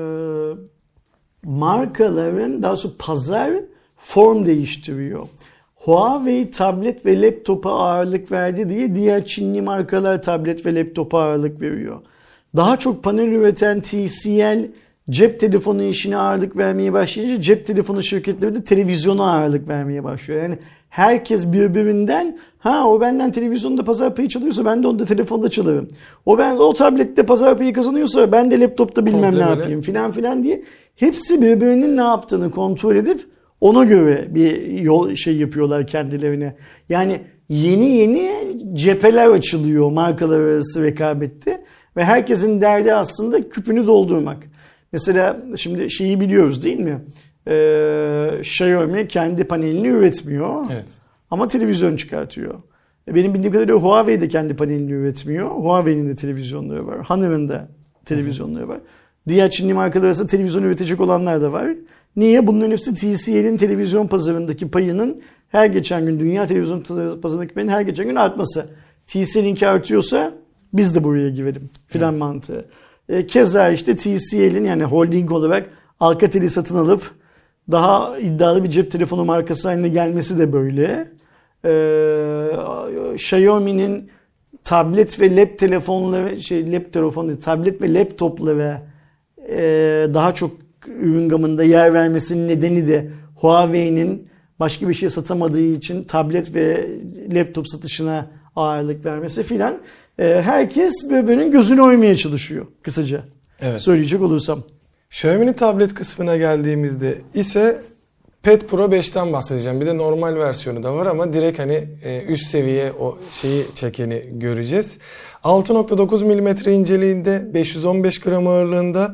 [SPEAKER 2] markaların daha sonra pazar form değiştiriyor. Huawei tablet ve laptopa ağırlık verdi diye diğer Çinli markalar tablet ve laptopa ağırlık veriyor. Daha çok panel üreten T C L cep telefonu işine ağırlık vermeye başlayınca cep telefonu şirketleri de televizyona ağırlık vermeye başlıyor. Yani herkes birbirinden ha o benden televizyonda pazar payı çalıyorsa ben de onda telefonda çalarım. O ben o tablette pazar payı kazanıyorsa ben de laptopta bilmem Komple ne böyle. yapayım filan filan diye hepsi birbirinin ne yaptığını kontrol edip ona göre bir yol şey yapıyorlar kendilerine. Yani yeni yeni cepheler açılıyor markalar arası rekabette ve herkesin derdi aslında küpünü doldurmak. Mesela şimdi şeyi biliyoruz değil mi? Ee, Xiaomi kendi panelini üretmiyor.
[SPEAKER 1] Evet.
[SPEAKER 2] Ama televizyon çıkartıyor. Benim bildiğim kadarıyla Huawei de kendi panelini üretmiyor. Huawei'nin de televizyonları var. Honor'ın da televizyonları var. Diğer Çinli markalar arasında televizyon üretecek olanlar da var. Niye? Bunların hepsi T C L'in televizyon pazarındaki payının her geçen gün dünya televizyon pazarındaki payının her geçen gün artması. T C L'inki artıyorsa biz de buraya girelim filan evet. mantığı. E, keza işte T C L'in yani holding olarak Alcatel'i satın alıp daha iddialı bir cep telefonu markası haline gelmesi de böyle. Ee, Xiaomi'nin tablet ve lap telefonları, şey lap telefonu, tablet ve laptopları e, daha çok ürün gamında yer vermesinin nedeni de Huawei'nin başka bir şey satamadığı için tablet ve laptop satışına ağırlık vermesi filan. E, herkes birbirinin gözünü oymaya çalışıyor kısaca. Evet. Söyleyecek olursam.
[SPEAKER 1] Xiaomi'nin tablet kısmına geldiğimizde ise Pad Pro beşten bahsedeceğim. Bir de normal versiyonu da var ama direkt hani üst seviye o şeyi çekeni göreceğiz. altı nokta dokuz milimetre inceliğinde, beş yüz on beş gram ağırlığında,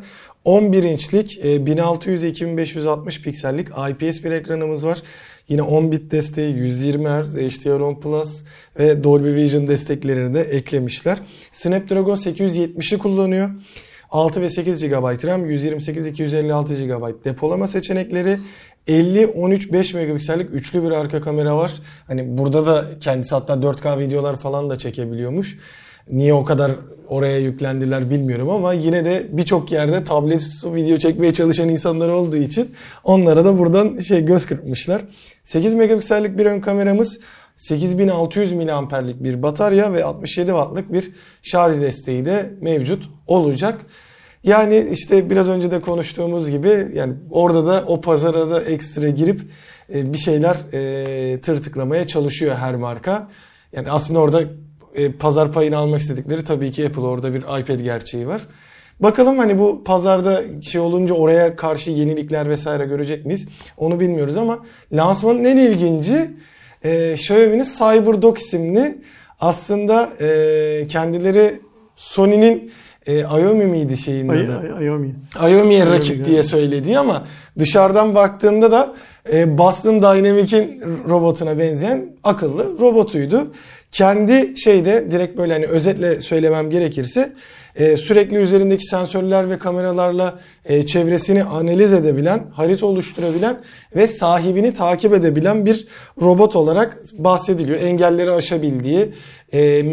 [SPEAKER 1] on bir inçlik bin altı yüz iki bin beş yüz altmış piksellik I P S bir ekranımız var. Yine on bit desteği, yüz yirmi hertz, H D R on Plus ve Dolby Vision desteklerini de eklemişler. Snapdragon sekiz yüz yetmişi kullanıyor. altı ve sekiz gigabayt RAM, yüz yirmi sekiz iki yüz elli altı gigabayt depolama seçenekleri. elli on üç beş megapiksellik üçlü bir arka kamera var. Hani burada da kendisi hatta dört K videolar falan da çekebiliyormuş. Niye o kadar oraya yüklendiler bilmiyorum ama yine de birçok yerde tablet video çekmeye çalışan insanlar olduğu için onlara da buradan şey göz kırpmışlar. sekiz megapiksellik bir ön kameramız, sekiz bin altı yüz miliamperlik bir batarya ve altmış yedi wattlık bir şarj desteği de mevcut olacak. Yani işte biraz önce de konuştuğumuz gibi yani orada da o pazara da ekstra girip bir şeyler tırtıklamaya çalışıyor her marka. Yani aslında orada pazar payını almak istedikleri tabii ki Apple, orada bir iPad gerçeği var. Bakalım hani bu pazarda şey olunca oraya karşı yenilikler vesaire görecek miyiz? Onu bilmiyoruz ama lansmanın en ilginci e, Xiaomi'nin CyberDock isimli, aslında e, kendileri Sony'nin e, Xiaomi miydi şeyin
[SPEAKER 2] Ay,
[SPEAKER 1] adı?
[SPEAKER 2] Ay, Xiaomi.
[SPEAKER 1] Xiaomi'ye rakip diye söylediği ama dışarıdan baktığında da e, Boston Dynamics'in robotuna benzeyen akıllı robotuydu. Kendi şeyde direkt böyle hani özetle söylemem gerekirse e, sürekli üzerindeki sensörler ve kameralarla e, çevresini analiz edebilen, harita oluşturabilen ve sahibini takip edebilen bir robot olarak bahsediliyor. Engelleri aşabildiği, e,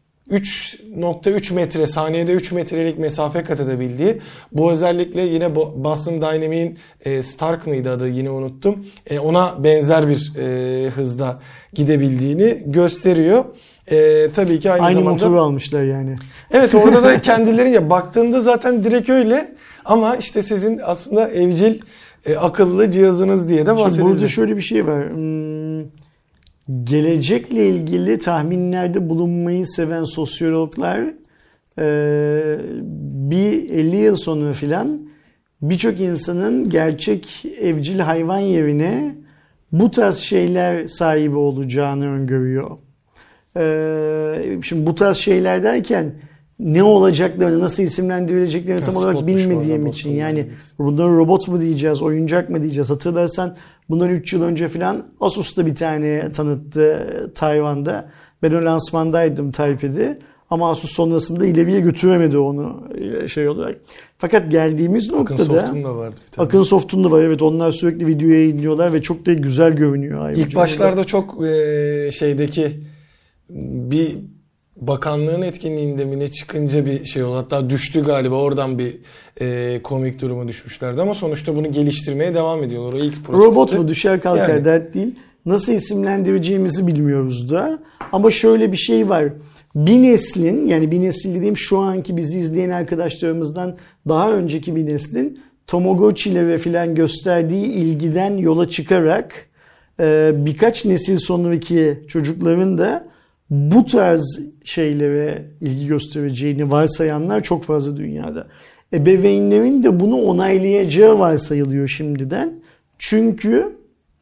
[SPEAKER 1] üç nokta üç metre, saniyede üç metrelik mesafe kat edebildiği, bu özellikle yine Boston Dynamics'in e, Stark mıydı adı, yine unuttum. E, ona benzer bir e, hızda gidebildiğini gösteriyor. E, tabii ki aynı,
[SPEAKER 2] aynı
[SPEAKER 1] zamanda...
[SPEAKER 2] motoru almışlar yani.
[SPEAKER 1] Evet, orada da kendileri ya baktığında zaten direkt öyle ama işte sizin aslında evcil e, akıllı cihazınız diye de bahsedilir.
[SPEAKER 2] Burada şöyle bir şey var. Hmm, gelecekle ilgili tahminlerde bulunmayı seven sosyologlar e, bir elli yıl sonra filan birçok insanın gerçek evcil hayvan yerine bu tarz şeyler sahibi olacağını öngörüyor. Ee, şimdi bu tarz şeyler derken ne olacaklarını, nasıl isimlendirileceklerini tam olarak bilmediğim için, yani bunları robot mu diyeceğiz, oyuncak mı diyeceğiz? Hatırlarsan bundan üç yıl önce falan Asus'ta bir tane tanıttı Tayvan'da. Ben o lansmandaydım Taipei'de. Ama Asus sonrasında ileriye götüremedi onu şey olarak. Fakat geldiğimiz noktada
[SPEAKER 1] Akın Soft'un da vardı bir tane.
[SPEAKER 2] Akın Soft'un da var. Evet, onlar sürekli videoya yayınlıyorlar ve çok da güzel görünüyor.
[SPEAKER 1] İlk başlarda çok e, şeydeki bir bakanlığın etkinliğinde mi ne çıkınca bir şey oldu. Hatta düştü galiba, oradan bir e, komik duruma düşmüşlerdi ama sonuçta bunu geliştirmeye devam ediyorlar. O ilk prototipi.
[SPEAKER 2] Robot mu düşer kalkar
[SPEAKER 1] yani.
[SPEAKER 2] Dert değil. Nasıl isimlendireceğimizi bilmiyoruz da. Ama şöyle bir şey var. Bir neslin, yani bir nesil dediğim şu anki bizi izleyen arkadaşlarımızdan daha önceki bir neslin Tamagotchi'lere filan gösterdiği ilgiden yola çıkarak e, birkaç nesil sonraki çocukların da bu tarz şeylere ilgi göstereceğini varsayanlar çok fazla dünyada. Ebeveynlerin de bunu onaylayacağı varsayılıyor şimdiden. Çünkü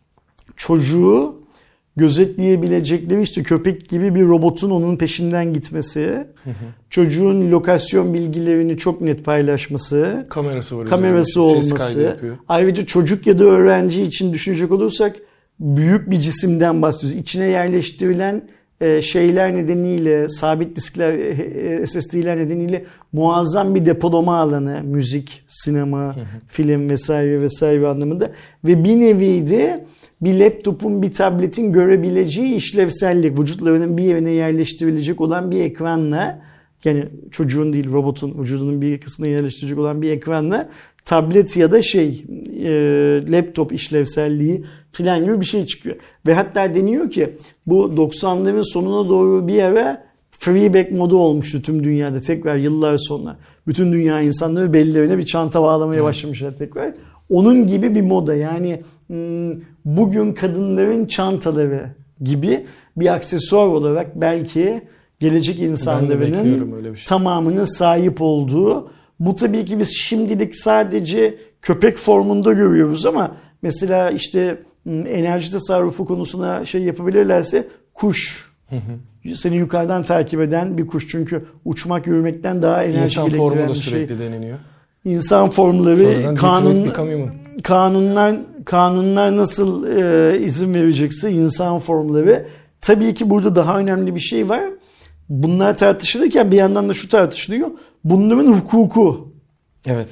[SPEAKER 2] çocuğu gözetleyebilecekleri işte köpek gibi bir robotun onun peşinden gitmesi, hı hı. çocuğun lokasyon bilgilerini çok net paylaşması,
[SPEAKER 1] kamerası var,
[SPEAKER 2] kamerası olması, ayrıca çocuk ya da öğrenci için düşünecek olursak büyük bir cisimden bahsediyoruz. İçine yerleştirilen şeyler nedeniyle, sabit diskler, S S D'ler nedeniyle muazzam bir depolama alanı, müzik, sinema, hı hı. film vesaire vesaire anlamında ve bir nevi de bir laptopun, bir tabletin görebileceği işlevsellik, vücutlarının bir yerine yerleştirilecek olan bir ekranla, yani çocuğun değil robotun vücudunun bir kısmına yerleştirecek olan bir ekranla tablet ya da şey e, laptop işlevselliği filan gibi bir şey çıkıyor. Ve hatta deniyor ki bu doksanların sonuna doğru bir ara freeback modu olmuştu tüm dünyada tekrar yıllar sonra. Bütün dünya insanları bellerine bir çanta bağlamaya evet. başlamışlar tekrar. Onun gibi bir moda, yani bugün kadınların çantaları gibi bir aksesuar olarak belki gelecek insanların şey. tamamının sahip olduğu. Bu tabii ki biz şimdilik sadece köpek formunda görüyoruz ama mesela işte enerji tasarrufu konusuna şey yapabilirlerse kuş. Hı hı. Seni yukarıdan takip eden bir kuş, çünkü uçmak yürümekten daha enerjik
[SPEAKER 1] İnsan formu da
[SPEAKER 2] bir şey.
[SPEAKER 1] sürekli deneniyor.
[SPEAKER 2] insan formları,
[SPEAKER 1] Sonradan
[SPEAKER 2] kanun,
[SPEAKER 1] Become
[SPEAKER 2] kanunlar kanunlar nasıl e, izin verecekse insan formları. Tabii ki burada daha önemli bir şey var. Bunlar tartışılırken bir yandan da şu tartışılıyor. Bunların hukuku.
[SPEAKER 1] Evet.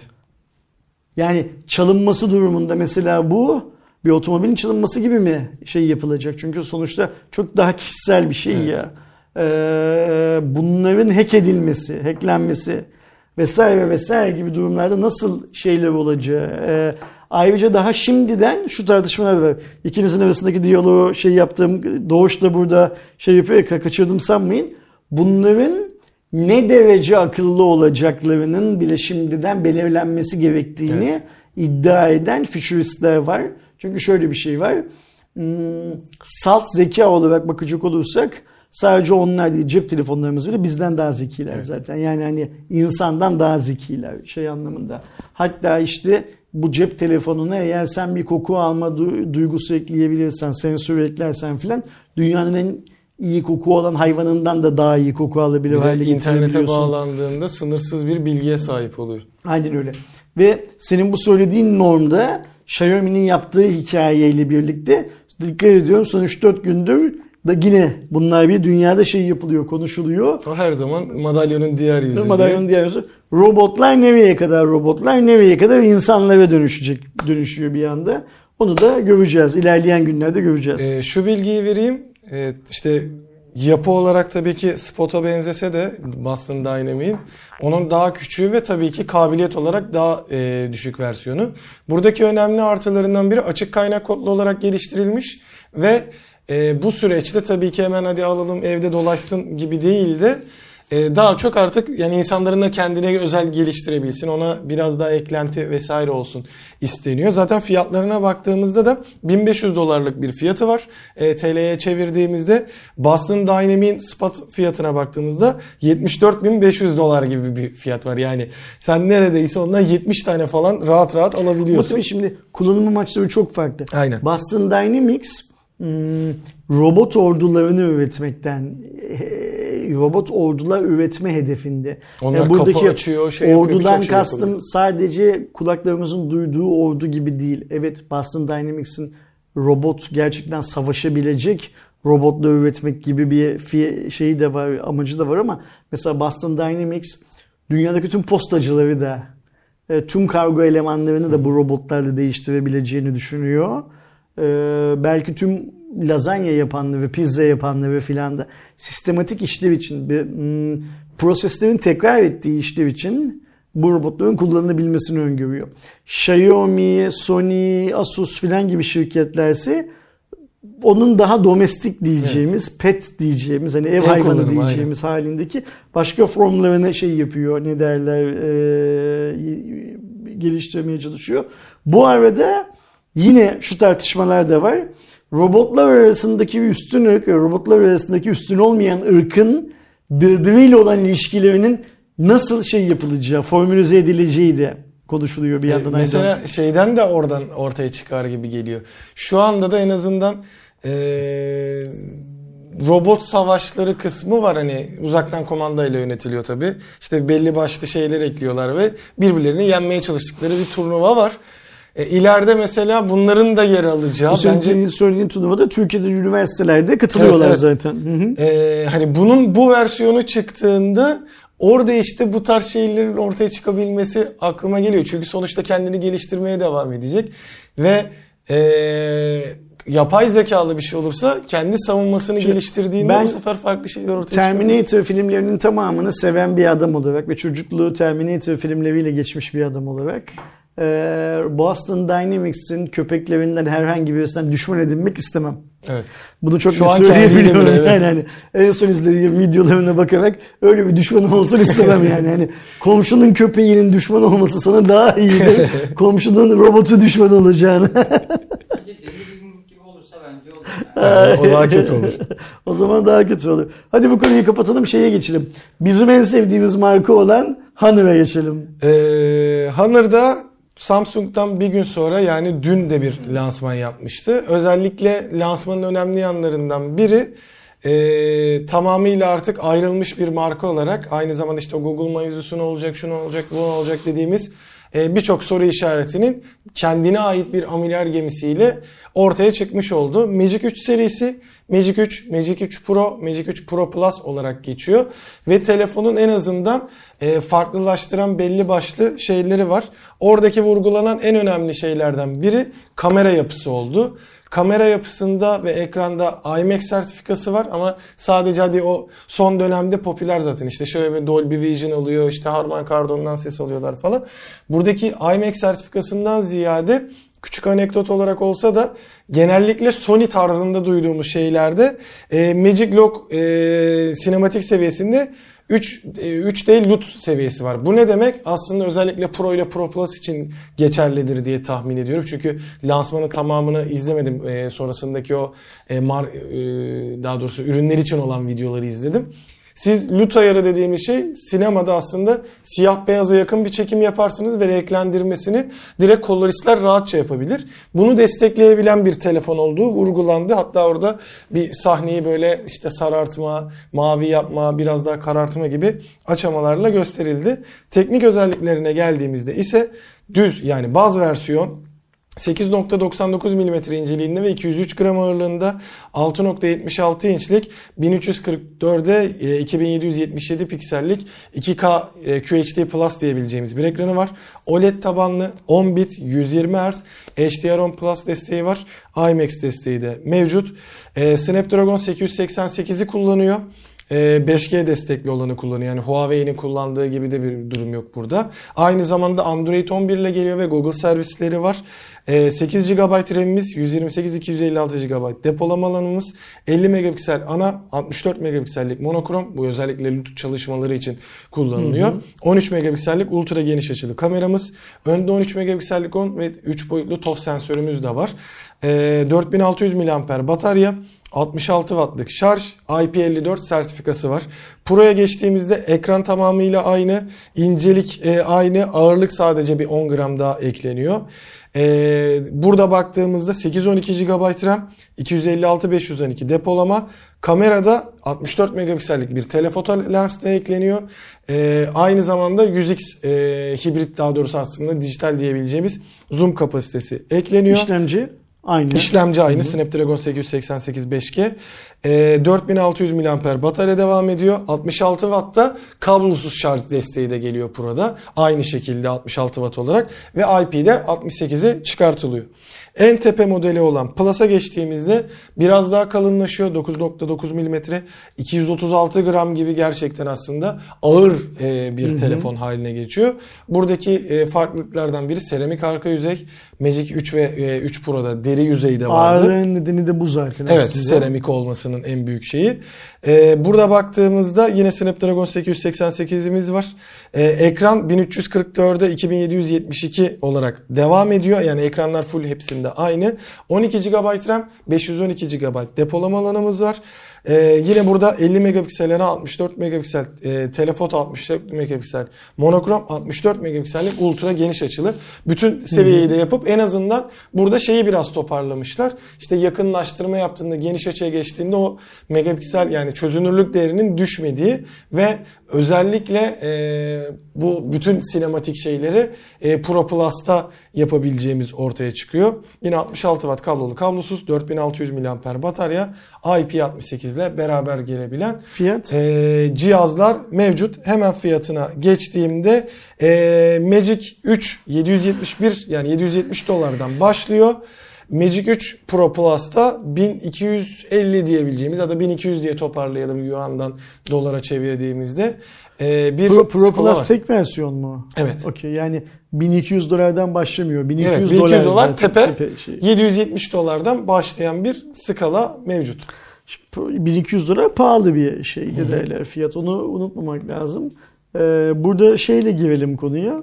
[SPEAKER 2] Yani çalınması durumunda mesela bu bir otomobilin çalınması gibi mi şey yapılacak? Çünkü sonuçta çok daha kişisel bir şey evet. ya. Ee, bunların hack edilmesi, hacklenmesi vesaire vesaire gibi durumlarda nasıl şeyler olacağı. Ee, ayrıca daha şimdiden şu tartışmalar var. İkinizin arasındaki diyaloğu şey yaptım. Doğuş da burada şey yapıyor, kaçırdım sanmayın. Bunların ne derece akıllı olacaklarının bile şimdiden belirlenmesi gerektiğini evet. iddia eden fütüristler var. Çünkü şöyle bir şey var. Hmm, salt zeka olarak bakacak olursak sadece onlar değil, cep telefonlarımız bile bizden daha zekiler evet. zaten. Yani hani insandan daha zekiler şey anlamında. Hatta işte bu cep telefonuna eğer sen bir koku alma du- duygusu ekleyebilirsen, sensör eklersen filan dünyanın en iyi koku olan hayvanından da daha iyi koku alabilir
[SPEAKER 1] bir
[SPEAKER 2] hale
[SPEAKER 1] de internete bağlandığında sınırsız bir bilgiye sahip oluyor.
[SPEAKER 2] Aynen öyle. Ve senin bu söylediğin normda Xiaomi'nin yaptığı hikayeyle birlikte dikkat ediyorum son üç dört gündür da yine bunlar bir dünyada şey yapılıyor, konuşuluyor.
[SPEAKER 1] O her zaman madalyonun diğer yüzü.
[SPEAKER 2] Madalyonun diğer yüzü. Robotlar nereye kadar robotlar nereye kadar insanlara dönüşecek, dönüşüyor bir anda. Onu da göreceğiz. İlerleyen günlerde göreceğiz.
[SPEAKER 1] Ee, şu bilgiyi vereyim. Ee, işte yapı olarak tabii ki Spot'a benzese de Boston Dynamic'in onun daha küçüğü ve tabii ki kabiliyet olarak daha e, düşük versiyonu. Buradaki önemli artılarından biri açık kaynak kodlu olarak geliştirilmiş ve e, bu süreçte tabii ki hemen hadi alalım evde dolaşsın gibi değil de e, daha çok artık yani insanların da kendine özel geliştirebilsin, ona biraz daha eklenti vesaire olsun isteniyor. Zaten fiyatlarına baktığımızda da bin beş yüz dolarlık bir fiyatı var. E, T L'ye çevirdiğimizde Boston Dynamic'in spot fiyatına baktığımızda yetmiş dört bin beş yüz dolar gibi bir fiyat var. Yani sen neredeyse ondan yetmiş tane falan rahat rahat alabiliyorsun.
[SPEAKER 2] Ama şimdi kullanım amaçları çok farklı.
[SPEAKER 1] Aynen.
[SPEAKER 2] Boston Dynamics Hmm, robot ordularını üretmekten, robot ordular üretme hedefinde.
[SPEAKER 1] Onlar
[SPEAKER 2] yani buradaki
[SPEAKER 1] kapı açıyor, şey
[SPEAKER 2] ordudan
[SPEAKER 1] yapıyor, şey
[SPEAKER 2] kastım
[SPEAKER 1] yapılıyor.
[SPEAKER 2] Sadece kulaklarımızın duyduğu ordu gibi değil. Evet, Boston Dynamics'in robot gerçekten savaşabilecek robotlar üretmek gibi bir şeyi de var, amacı da var ama mesela Boston Dynamics dünyadaki tüm postacıları da, tüm kargo elemanlarını da bu robotlarla değiştirebileceğini düşünüyor. Ee, belki tüm lazanya yapanları, pizza yapanları filan da sistematik işlev için, bir, hmm, proseslerin tekrar ettiği işlev için bu robotların kullanılabilmesini öngörüyor. Xiaomi, Sony, Asus filan gibi şirketlerse onun daha domestik diyeceğimiz, evet. pet diyeceğimiz, hani ev, ev hayvanı diyeceğimiz aynen. halindeki başka formlarına şey yapıyor, ne derler, e, geliştirmeye çalışıyor. Bu arada yine şu tartışmalar da var. Robotlar arasındaki üstün ırk ve robotlar arasındaki üstün olmayan ırkın birbiriyle olan ilişkilerinin nasıl şey yapılacağı, formülize edileceği de konuşuluyor bir yandan.
[SPEAKER 1] E, mesela aynen. Şeyden de oradan ortaya çıkar gibi geliyor. Şu anda da en azından e, robot savaşları kısmı var, hani uzaktan kumandayla yönetiliyor tabii. İşte belli başlı şeyler ekliyorlar ve birbirlerini yenmeye çalıştıkları bir turnuva var. E, ileride mesela bunların da yer alacağı.
[SPEAKER 2] Bu bence söylediğin turnuvada Türkiye'de üniversitelerde katılıyorlar evet, evet. zaten. Hı hı.
[SPEAKER 1] E, hani bunun bu versiyonu çıktığında orada işte bu tarz şeylerin ortaya çıkabilmesi aklıma geliyor. Çünkü sonuçta kendini geliştirmeye devam edecek ve e, yapay zekalı bir şey olursa kendi savunmasını Şimdi geliştirdiğinde bu sefer farklı şeyler ortaya çıkıyor.
[SPEAKER 2] Terminator çıkabilir. Filmlerinin tamamını seven bir adam olarak ve çocukluğu Terminator filmleriyle geçmiş bir adam olarak Boston Dynamics'in köpeklerinden herhangi birisinden düşman edinmek istemem.
[SPEAKER 1] Evet.
[SPEAKER 2] Bunu çok net söyleyebiliyorum. Evet. Yani hani en son izlediğim videolarına bakarak öyle bir düşmanım olsun istemem yani. Hani komşunun köpeğinin düşman olması sana daha iyidir. Komşunun robotu düşman olacağını.
[SPEAKER 3] Bence demir gibi olursa bence olur.
[SPEAKER 1] Yani. O daha kötü olur.
[SPEAKER 2] O zaman daha kötü olur. Hadi bu konuyu kapatalım, şeye geçelim. Bizim en sevdiğimiz marka olan Honor'a geçelim.
[SPEAKER 1] Ee, Honor'da Samsung'dan bir gün sonra, yani dün de bir lansman yapmıştı. Özellikle lansmanın önemli yanlarından biri e, tamamıyla artık ayrılmış bir marka olarak aynı zamanda işte o Google mevzusu ne olacak, şu ne olacak, bu ne olacak dediğimiz e, birçok soru işaretinin kendine ait bir amiral gemisiyle ortaya çıkmış oldu. Magic üç serisi Magic üç, Magic üç Pro, Magic üç Pro Plus olarak geçiyor ve telefonun en azından e, farklılaştıran belli başlı şeyleri var. Oradaki vurgulanan en önemli şeylerden biri kamera yapısı oldu. Kamera yapısında ve ekranda IMAX sertifikası var ama sadece hadi o son dönemde popüler zaten işte şöyle bir Dolby Vision oluyor, işte Harman Kardon'dan ses alıyorlar falan. Buradaki IMAX sertifikasından ziyade küçük anekdot olarak olsa da genellikle Sony tarzında duyduğumuz şeylerde e, Magic Lock e, sinematik seviyesinde üç, üç D L U T seviyesi var. Bu ne demek? Aslında özellikle Pro ile Pro Plus için geçerlidir diye tahmin ediyorum. Çünkü lansmanın tamamını izlemedim. E, sonrasındaki o e, mar, e, daha doğrusu ürünler için olan videoları izledim. Siz L U T ayarı dediğimiz şey sinemada aslında siyah beyaza yakın bir çekim yaparsınız ve renklendirmesini direkt koloristler rahatça yapabilir. Bunu destekleyebilen bir telefon olduğu vurgulandı. Hatta orada bir sahneyi böyle işte sarartma, mavi yapma, biraz daha karartma gibi aşamalarla gösterildi. Teknik özelliklerine geldiğimizde ise düz yani baz versiyon sekiz nokta doksan dokuz milimetre inceliğinde ve iki yüz üç gram ağırlığında altı nokta yetmiş altı inçlik bin üç yüz kırk dört'e iki bin yedi yüz yetmiş yedi piksellik iki K Q H D Plus diyebileceğimiz bir ekranı var. O L E D tabanlı on bit yüz yirmi hertz H D R on Plus desteği var. IMAX desteği de mevcut. Snapdragon sekiz yüz seksen sekiz'i kullanıyor. beş G destekli olanı kullanıyor. Yani Huawei'nin kullandığı gibi de bir durum yok burada. Aynı zamanda Android on bir ile geliyor ve Google servisleri var. sekiz gigabayt RAM'imiz, yüz yirmi sekiz iki yüz elli altı gigabayt depolama alanımız, elli megapiksel ana, altmış dört megapiksellik monokrom. Bu özellikle Bluetooth çalışmaları için kullanılıyor. Hı hı. on üç megapiksellik ultra geniş açılı kameramız. Önde on üç megapiksellik on ve üç boyutlu T O F sensörümüz de var. dört bin altı yüz miliamper batarya. altmış altı wattlık şarj, I P elli dört sertifikası var. Pro'ya geçtiğimizde ekran tamamıyla aynı, incelik e, aynı, ağırlık sadece bir on gram daha ekleniyor. E, burada baktığımızda sekiz on iki gigabayt RAM, iki yüz elli altı beş yüz on iki depolama, kamerada altmış dört megapiksellik bir telefoto lens de ekleniyor. E, aynı zamanda yüz x e, hibrit, daha doğrusu aslında dijital diyebileceğimiz zoom kapasitesi ekleniyor.
[SPEAKER 2] İşlemci aynı.
[SPEAKER 1] İşlemci aynı. Hı-hı. Snapdragon sekiz yüz seksen sekiz beş G. E, dört bin altı yüz miliamper batarya devam ediyor. altmış altı wattta kablosuz şarj desteği de geliyor Pro'da. Aynı şekilde altmış altı watt olarak ve I P'de altmış sekize çıkartılıyor. En tepe modeli olan Plus'a geçtiğimizde biraz daha kalınlaşıyor. dokuz nokta dokuz milimetre, iki yüz otuz altı gram gibi gerçekten aslında ağır e, bir Hı-hı. telefon haline geçiyor. Buradaki e, farklılıklardan biri seramik arka yüzey. Magic üç ve e, üç Pro'da deri yüzeyi de vardı.
[SPEAKER 2] Ağırlığın nedeni de bu zaten
[SPEAKER 1] evet,
[SPEAKER 2] aslında.
[SPEAKER 1] Evet, seramik olmasının en büyük şeyi. E, burada baktığımızda yine Snapdragon sekiz yüz seksen sekiz'imiz var. E, ekran bin üç yüz kırk dört'e iki bin yedi yüz yetmiş iki olarak devam ediyor. Yani ekranlar full hepsinde aynı. on iki gigabayt RAM, beş yüz on iki gigabayt depolama alanımız var. Ee, yine burada elli megapiksel ana, altmış dört megapiksel e, telefoto, altmış dört megapiksel monokrom, altmış dört megapiksellik ultra geniş açılı. Bütün seviyeyi de yapıp en azından burada şeyi biraz toparlamışlar. İşte yakınlaştırma yaptığında, geniş açıya geçtiğinde o megapiksel yani çözünürlük değerinin düşmediği ve özellikle e, bu bütün sinematik şeyleri e, Pro Plus'ta yapabileceğimiz ortaya çıkıyor. Yine altmış altı watt kablolu kablosuz, dört bin altı yüz miliamper batarya, I P altmış sekiz ile beraber gelebilen
[SPEAKER 2] fiyat
[SPEAKER 1] e, cihazlar mevcut. Hemen fiyatına geçtiğimde e, Magic üç yedi yüz yetmiş bir yani yedi yüz yetmiş dolardan başlıyor. Magic üç Pro Plus'ta bin iki yüz elli diyebileceğimiz ya da bin iki yüz diye toparlayalım yuandan dolara çevirdiğimizde ee, bir
[SPEAKER 2] Pro, Pro Plus
[SPEAKER 1] var.
[SPEAKER 2] Tek versiyon mu?
[SPEAKER 1] Evet.
[SPEAKER 2] Okey, yani bin iki yüz dolardan başlamıyor. bin iki yüz,
[SPEAKER 1] evet, bin iki yüz dolar tepe,
[SPEAKER 2] tepe şey.
[SPEAKER 1] yedi yüz yetmiş dolardan başlayan bir skala mevcut.
[SPEAKER 2] bin iki yüz dolar pahalı bir şey derler fiyat. Onu unutmamak lazım. Ee, burada şeyle girelim konuya.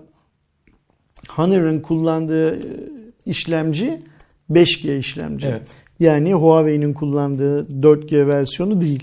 [SPEAKER 2] Honor'ın kullandığı işlemci beş G işlemci.
[SPEAKER 1] Evet.
[SPEAKER 2] Yani Huawei'nin kullandığı dört G versiyonu değil.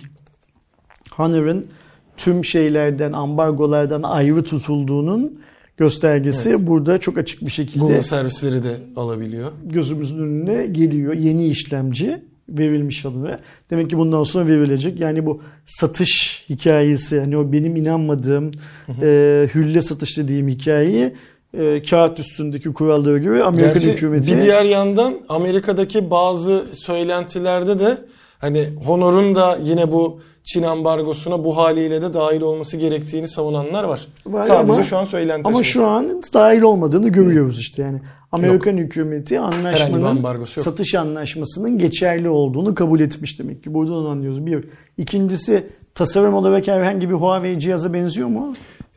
[SPEAKER 2] Honor'ın tüm şeylerden, ambargolardan ayrı tutulduğunun göstergesi evet. burada çok açık bir şekilde
[SPEAKER 1] Google servisleri de alabiliyor.
[SPEAKER 2] Gözümüzün önüne geliyor. Yeni işlemci verilmiş adına. Demek ki bundan sonra verilecek. Yani bu satış hikayesi, hani o benim inanmadığım hı hı. E, hülle satış dediğim hikayeyi e, kağıt üstündeki kurallara göre Amerikan
[SPEAKER 1] Gerçi
[SPEAKER 2] hükümeti...
[SPEAKER 1] bir diğer yandan Amerika'daki bazı söylentilerde de hani Honor'un da yine bu Çin ambargosuna bu haliyle de dahil olması gerektiğini savunanlar var.
[SPEAKER 2] var
[SPEAKER 1] Sadece
[SPEAKER 2] ama,
[SPEAKER 1] şu an söylenti.
[SPEAKER 2] Ama şu an dahil olmadığını görüyoruz işte yani. Amerikan Yok. hükümeti anlaşmanın, satış anlaşmasının geçerli olduğunu kabul etmiş demek ki. Buradan anlıyoruz. Bir. İkincisi, tasarım olarak herhangi bir Huawei cihaza benziyor mu?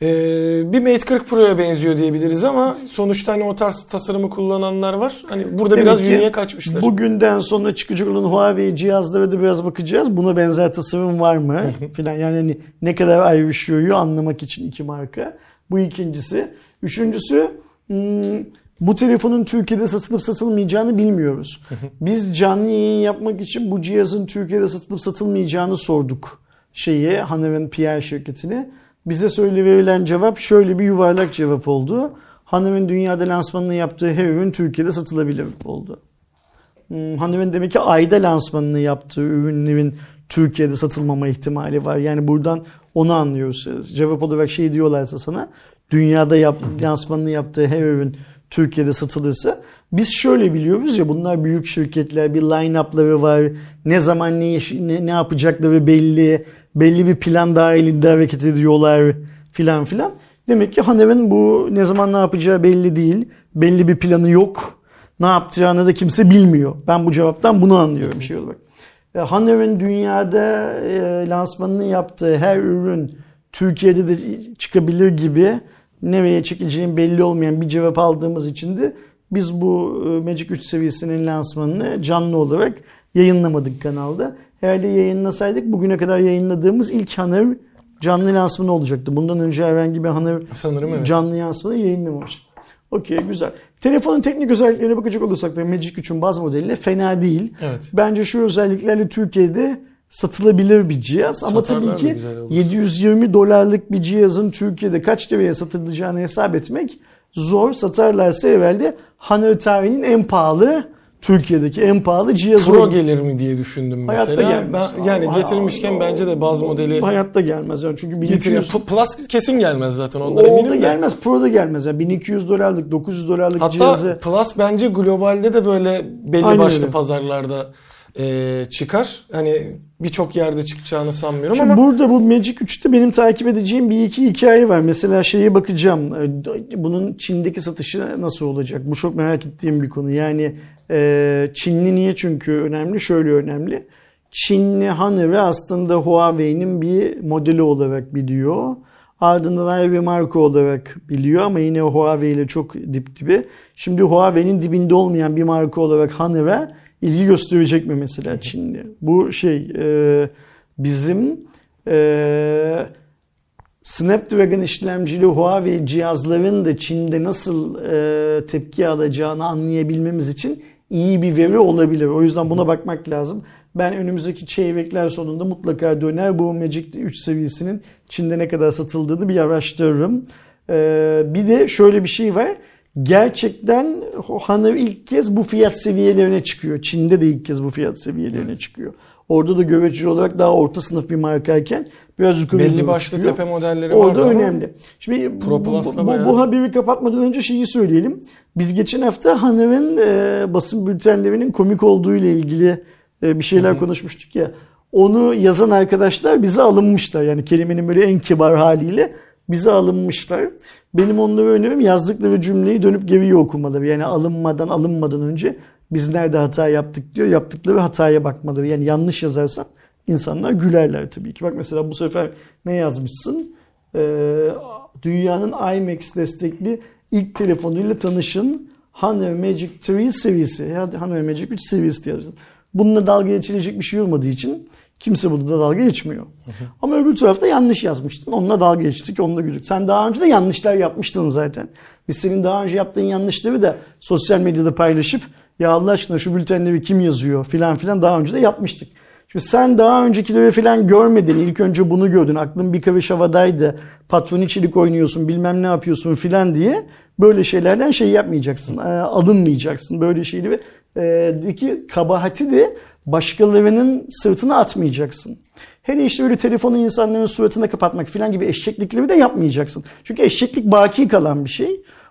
[SPEAKER 1] Ee, bir Mate kırk Pro'ya benziyor diyebiliriz ama sonuçta hani o tarz tasarımı kullananlar var. Hani burada demek biraz uniğe kaçmışlar.
[SPEAKER 2] Bugünden sonra çıkacak olan Huawei cihazlara da biraz bakacağız. Buna benzer tasarım var mı? filan. Yani hani ne kadar ayrışıyor anlamak için iki marka. Bu ikincisi. Üçüncüsü, hmm, bu telefonun Türkiye'de satılıp satılmayacağını bilmiyoruz. Biz canlı yayın yapmak için bu cihazın Türkiye'de satılıp satılmayacağını sorduk şeye, Hanover'in P R şirketine. Bize söyle verilen cevap şöyle bir yuvarlak cevap oldu. Hanover'in dünyada lansmanını yaptığı her ürün Türkiye'de satılabilir oldu. Hmm, Hanover'in demek ki ayda lansmanını yaptığı ürünlerin Türkiye'de satılmama ihtimali var. Yani buradan onu anlıyoruz. Cevap olarak şey diyorlarsa sana, dünyada yap, lansmanını yaptığı her ürün Türkiye'de satılırsa, biz şöyle biliyoruz ya, bunlar büyük şirketler, bir line-up'ları var, ne zaman ne, ne, ne yapacakları belli, belli bir plan dahilinde hareket ediyorlar filan filan. Demek ki Hanover'in bu ne zaman ne yapacağı belli değil, belli bir planı yok, ne yapacağını da kimse bilmiyor. Ben bu cevaptan bunu anlıyorum şey olarak. Hanover'in dünyada e, lansmanını yaptığı her ürün Türkiye'de de çıkabilir gibi nereye çekeceğin belli olmayan bir cevap aldığımız için de biz bu Magic üç seviyesinin lansmanını canlı olarak yayınlamadık kanalda. Herhalde yayınlasaydık bugüne kadar yayınladığımız ilk Hanover canlı lansmanı olacaktı. Bundan önce herhangi bir Hanover
[SPEAKER 1] evet.
[SPEAKER 2] canlı lansmanı yayınlamamıştık. Okey, güzel. Telefonun teknik özelliklerine bakacak olursak da Magic üçün baz modeline fena değil.
[SPEAKER 1] Evet.
[SPEAKER 2] Bence şu özelliklerle Türkiye'de satılabilir bir cihaz. Ama
[SPEAKER 1] Satarlar
[SPEAKER 2] tabii ki yedi yüz yirmi dolarlık bir cihazın Türkiye'de kaç liraya satılacağını hesap etmek zor. Satarlarsa evvelde Hanover tarihinin en pahalı, Türkiye'deki en pahalı cihazı
[SPEAKER 1] Pro
[SPEAKER 2] olur.
[SPEAKER 1] gelir mi diye düşündüm mesela.
[SPEAKER 2] Hayatta gelmez.
[SPEAKER 1] Ben, yani getirmişken bence de baz modeli
[SPEAKER 2] hayatta gelmez yani, çünkü bin iki yüz
[SPEAKER 1] Plus kesin gelmez zaten, onlara
[SPEAKER 2] o
[SPEAKER 1] eminim
[SPEAKER 2] da
[SPEAKER 1] de.
[SPEAKER 2] gelmez, Pro da gelmez yani, bin iki yüz dolarlık, dokuz yüz dolarlık
[SPEAKER 1] hatta
[SPEAKER 2] cihazı.
[SPEAKER 1] Hatta Plus bence globalde de böyle belli
[SPEAKER 2] Aynen
[SPEAKER 1] başlı
[SPEAKER 2] öyle.
[SPEAKER 1] pazarlarda e, çıkar. Hani birçok yerde çıkacağını sanmıyorum.
[SPEAKER 2] Şimdi
[SPEAKER 1] ama
[SPEAKER 2] burada bu Magic üçte benim takip edeceğim bir iki hikaye var. Mesela şeye bakacağım. Bunun Çin'deki satışı nasıl olacak? Bu çok merak ettiğim bir konu. Yani e, Çinli niye çünkü önemli? Şöyle önemli. Çinli Hanover aslında Huawei'nin bir modeli olarak biliyor. Ardından ayrı bir marka olarak biliyor ama yine Huawei ile çok dip dibi. Şimdi Huawei'nin dibinde olmayan bir marka olarak Hanover ilgi gösterecek mi mesela Çinli? Bu şey e, bizim e, Snapdragon işlemcili Huawei cihazların da Çin'de nasıl e, tepki alacağını anlayabilmemiz için iyi bir veri olabilir. O yüzden buna bakmak lazım. Ben önümüzdeki çeyrekler sonunda mutlaka döner bu Magic üç seviyesinin Çin'de ne kadar satıldığını bir araştırırım. E, bir de şöyle bir şey var. Gerçekten Hanover ilk kez bu fiyat seviyelerine çıkıyor. Çin'de de ilk kez bu fiyat seviyelerine evet. çıkıyor. Orada da göreceli olarak daha orta sınıf bir markayken biraz yukarı
[SPEAKER 1] belli başlı çıkıyor. Tepe modelleri var.
[SPEAKER 2] Orada önemli. Şimdi bu, bu, bu, bu haberi kapatmadan önce şeyi söyleyelim. Biz geçen hafta Hanover'in e, basın bültenlerinin komik olduğu ile ilgili e, bir şeyler Hı-hı. konuşmuştuk ya. Onu yazan arkadaşlar bize alınmışlar. Yani kelimenin böyle en kibar haliyle bize alınmışlar. Benim onlara önerim yazdıkları cümleyi dönüp geriye okumaları. Yani alınmadan alınmadan önce biz nerede hata yaptık diyor. Yaptıkları hataya bakmaları. Yani yanlış yazarsan insanlar gülerler tabii ki. Bak mesela bu sefer ne yazmışsın? Ee, dünyanın IMAX destekli ilk telefonuyla tanışın. Hanover Magic üç seviyesi. Ya Hanover Magic üç seviyesi diye yazmışsın. Bununla dalga geçilecek bir şey olmadığı için kimse bununla dalga geçmiyor. Hı hı. Ama öbür tarafta yanlış yazmıştın. Onunla dalga geçtik, onunla güldük. Sen daha önce de yanlışlar yapmıştın zaten. Biz senin daha önce yaptığın yanlışları da sosyal medyada paylaşıp ya Allah aşkına şu bültenleri kim yazıyor filan filan daha önce de yapmıştık. Şimdi sen daha öncekileri filan görmedin. İlk önce bunu gördün. Aklın bir karış havadaydı. Patroniçilik oynuyorsun, bilmem ne yapıyorsun filan diye. Böyle şeylerden şey yapmayacaksın. Alınmayacaksın. Böyle şeyleri e, ki kabahati de başkalarının sırtına atmayacaksın. Hele işte öyle telefonu insanların suratına kapatmak falan gibi eşeklikleri de yapmayacaksın. Çünkü eşeklik baki kalan bir şey.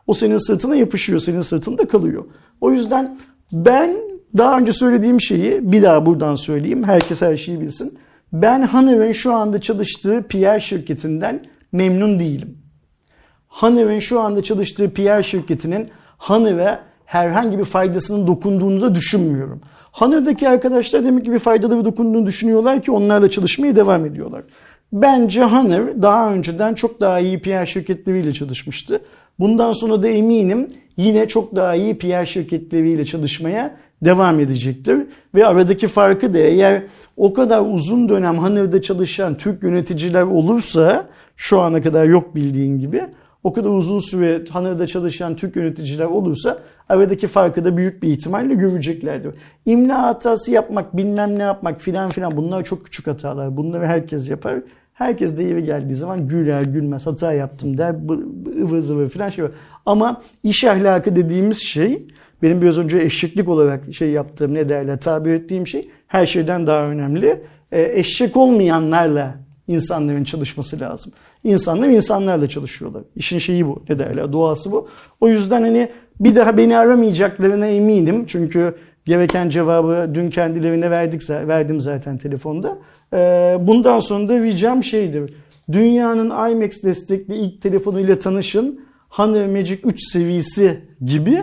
[SPEAKER 2] O senin sırtına yapışıyor, senin sırtında kalıyor. O yüzden ben daha önce söylediğim şeyi bir daha buradan söyleyeyim. Herkes her şeyi bilsin. Ben Honeywell'in şu anda çalıştığı P R şirketinden memnun değilim. Honeywell'in şu anda çalıştığı P R şirketinin Honeywell'e herhangi bir faydasının dokunduğunu da düşünmüyorum. Honeywell'daki arkadaşlar demek ki bir faydaları dokunduğunu düşünüyorlar ki onlarla çalışmaya devam ediyorlar. Bence Honeywell daha önceden çok daha iyi P R şirketleriyle çalışmıştı. Bundan sonra da eminim yine çok daha iyi P R şirketleriyle çalışmaya devam edecektir. Ve aradaki farkı da eğer o kadar uzun dönem Honeywell'de çalışan Türk yöneticiler olursa, şu ana kadar yok bildiğin gibi, o kadar uzun süre Honeywell'de çalışan Türk yöneticiler olursa aradaki farkı da büyük bir ihtimalle göreceklerdir. İmla hatası yapmak, bilmem ne yapmak filan filan, bunlar çok küçük hatalar. Bunları herkes yapar. Herkes de yeri geldiği zaman güler gülmez, hata yaptım der, ıvır zıvır filan şey var. Ama iş ahlakı dediğimiz şey, benim biraz önce eşeklik olarak şey yaptığım, ne derler, tabir ettiğim şey her şeyden daha önemli. E, eşek olmayanlarla insanların çalışması lazım. İnsanlar insanlarla çalışıyorlar. İşin şeyi bu, ne derler, doğası bu. O yüzden hani bir daha beni aramayacaklarına eminim. Çünkü gereken cevabı dün kendilerine verdik, verdim zaten telefonda. Bundan sonra da ricam şeydir. Dünyanın IMAX destekli ilk telefonuyla tanışın. Honor Magic üç seviyesi gibi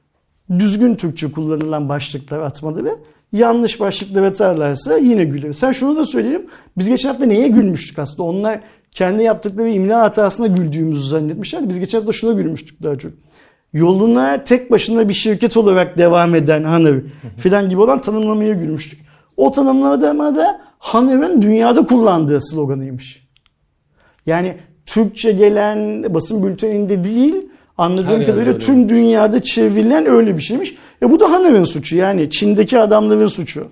[SPEAKER 2] düzgün Türkçe kullanılan başlıklar atmaları. Yanlış başlıklar atarlarsa yine güleriz. Sen şunu da söyleyeyim. Biz geçen hafta neye gülmüştük aslında? Onlar kendi yaptıkları imla hatasına güldüğümüzü zannetmişlerdi. Biz geçen hafta şuna gülmüştük daha çok. Yoluna tek başına bir şirket olarak devam eden Honor filan gibi olan tanımlamaya gülmüştük. O tanımlamada Honeywell'in dünyada kullandığı sloganıymış. Yani Türkçe gelen basın bülteninde değil, anladığım kadarıyla tüm dünyada çevrilen öyle bir şeymiş. E bu da Honeywell'in suçu, yani Çin'deki adamların suçu.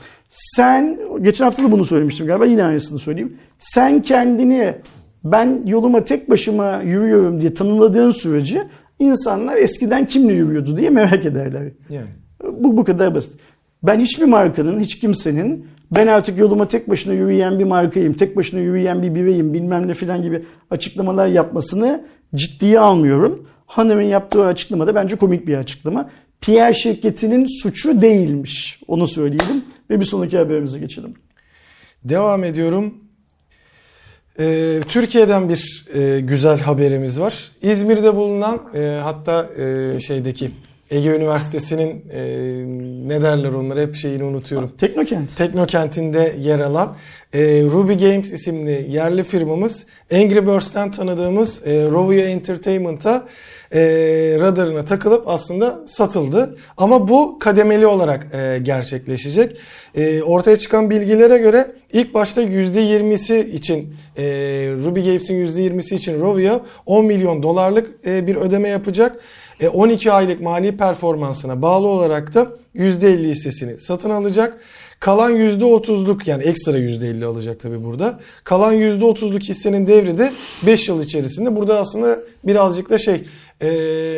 [SPEAKER 2] Sen, geçen hafta da bunu söylemiştim galiba, yine aynısını söyleyeyim. Sen kendini ben yoluma tek başıma yürüyorum diye tanımladığın sürece insanlar eskiden kimle yürüyordu diye merak ederler. Yani. Bu bu kadar basit. Ben hiçbir markanın, hiç kimsenin ben artık yoluma tek başına yürüyen bir markayım, tek başına yürüyen bir bireyim bilmem ne filan gibi açıklamalar yapmasını ciddiye almıyorum. Honeywell'in yaptığı açıklamada bence komik bir açıklama. P R şirketinin suçu değilmiş. Onu söyleyelim ve bir sonraki haberimize geçelim.
[SPEAKER 1] Devam ediyorum. Ee, Türkiye'den bir e, güzel haberimiz var. İzmir'de bulunan e, hatta e, şeydeki Ege Üniversitesi'nin e, ne derler onlara, hep şeyini unutuyorum.
[SPEAKER 2] Teknokent.
[SPEAKER 1] Teknokent'inde yer alan e, Ruby Games isimli yerli firmamız Angry Birds'ten tanıdığımız e, Rovio Entertainment'a e, radarına takılıp aslında satıldı. Ama bu kademeli olarak e, gerçekleşecek. E, ortaya çıkan bilgilere göre ilk başta yüzde yirmisi için e, Ruby Games'in yüzde yirmisi için Rovio on milyon dolarlık e, bir ödeme yapacak. on iki aylık mali performansına bağlı olarak da yüzde elli hissesini satın alacak. Kalan yüzde otuzluk, yani ekstra yüzde elli alacak tabii burada. Kalan yüzde otuzluk hissenin devri de beş yıl içerisinde. Burada aslında birazcık da şey ee,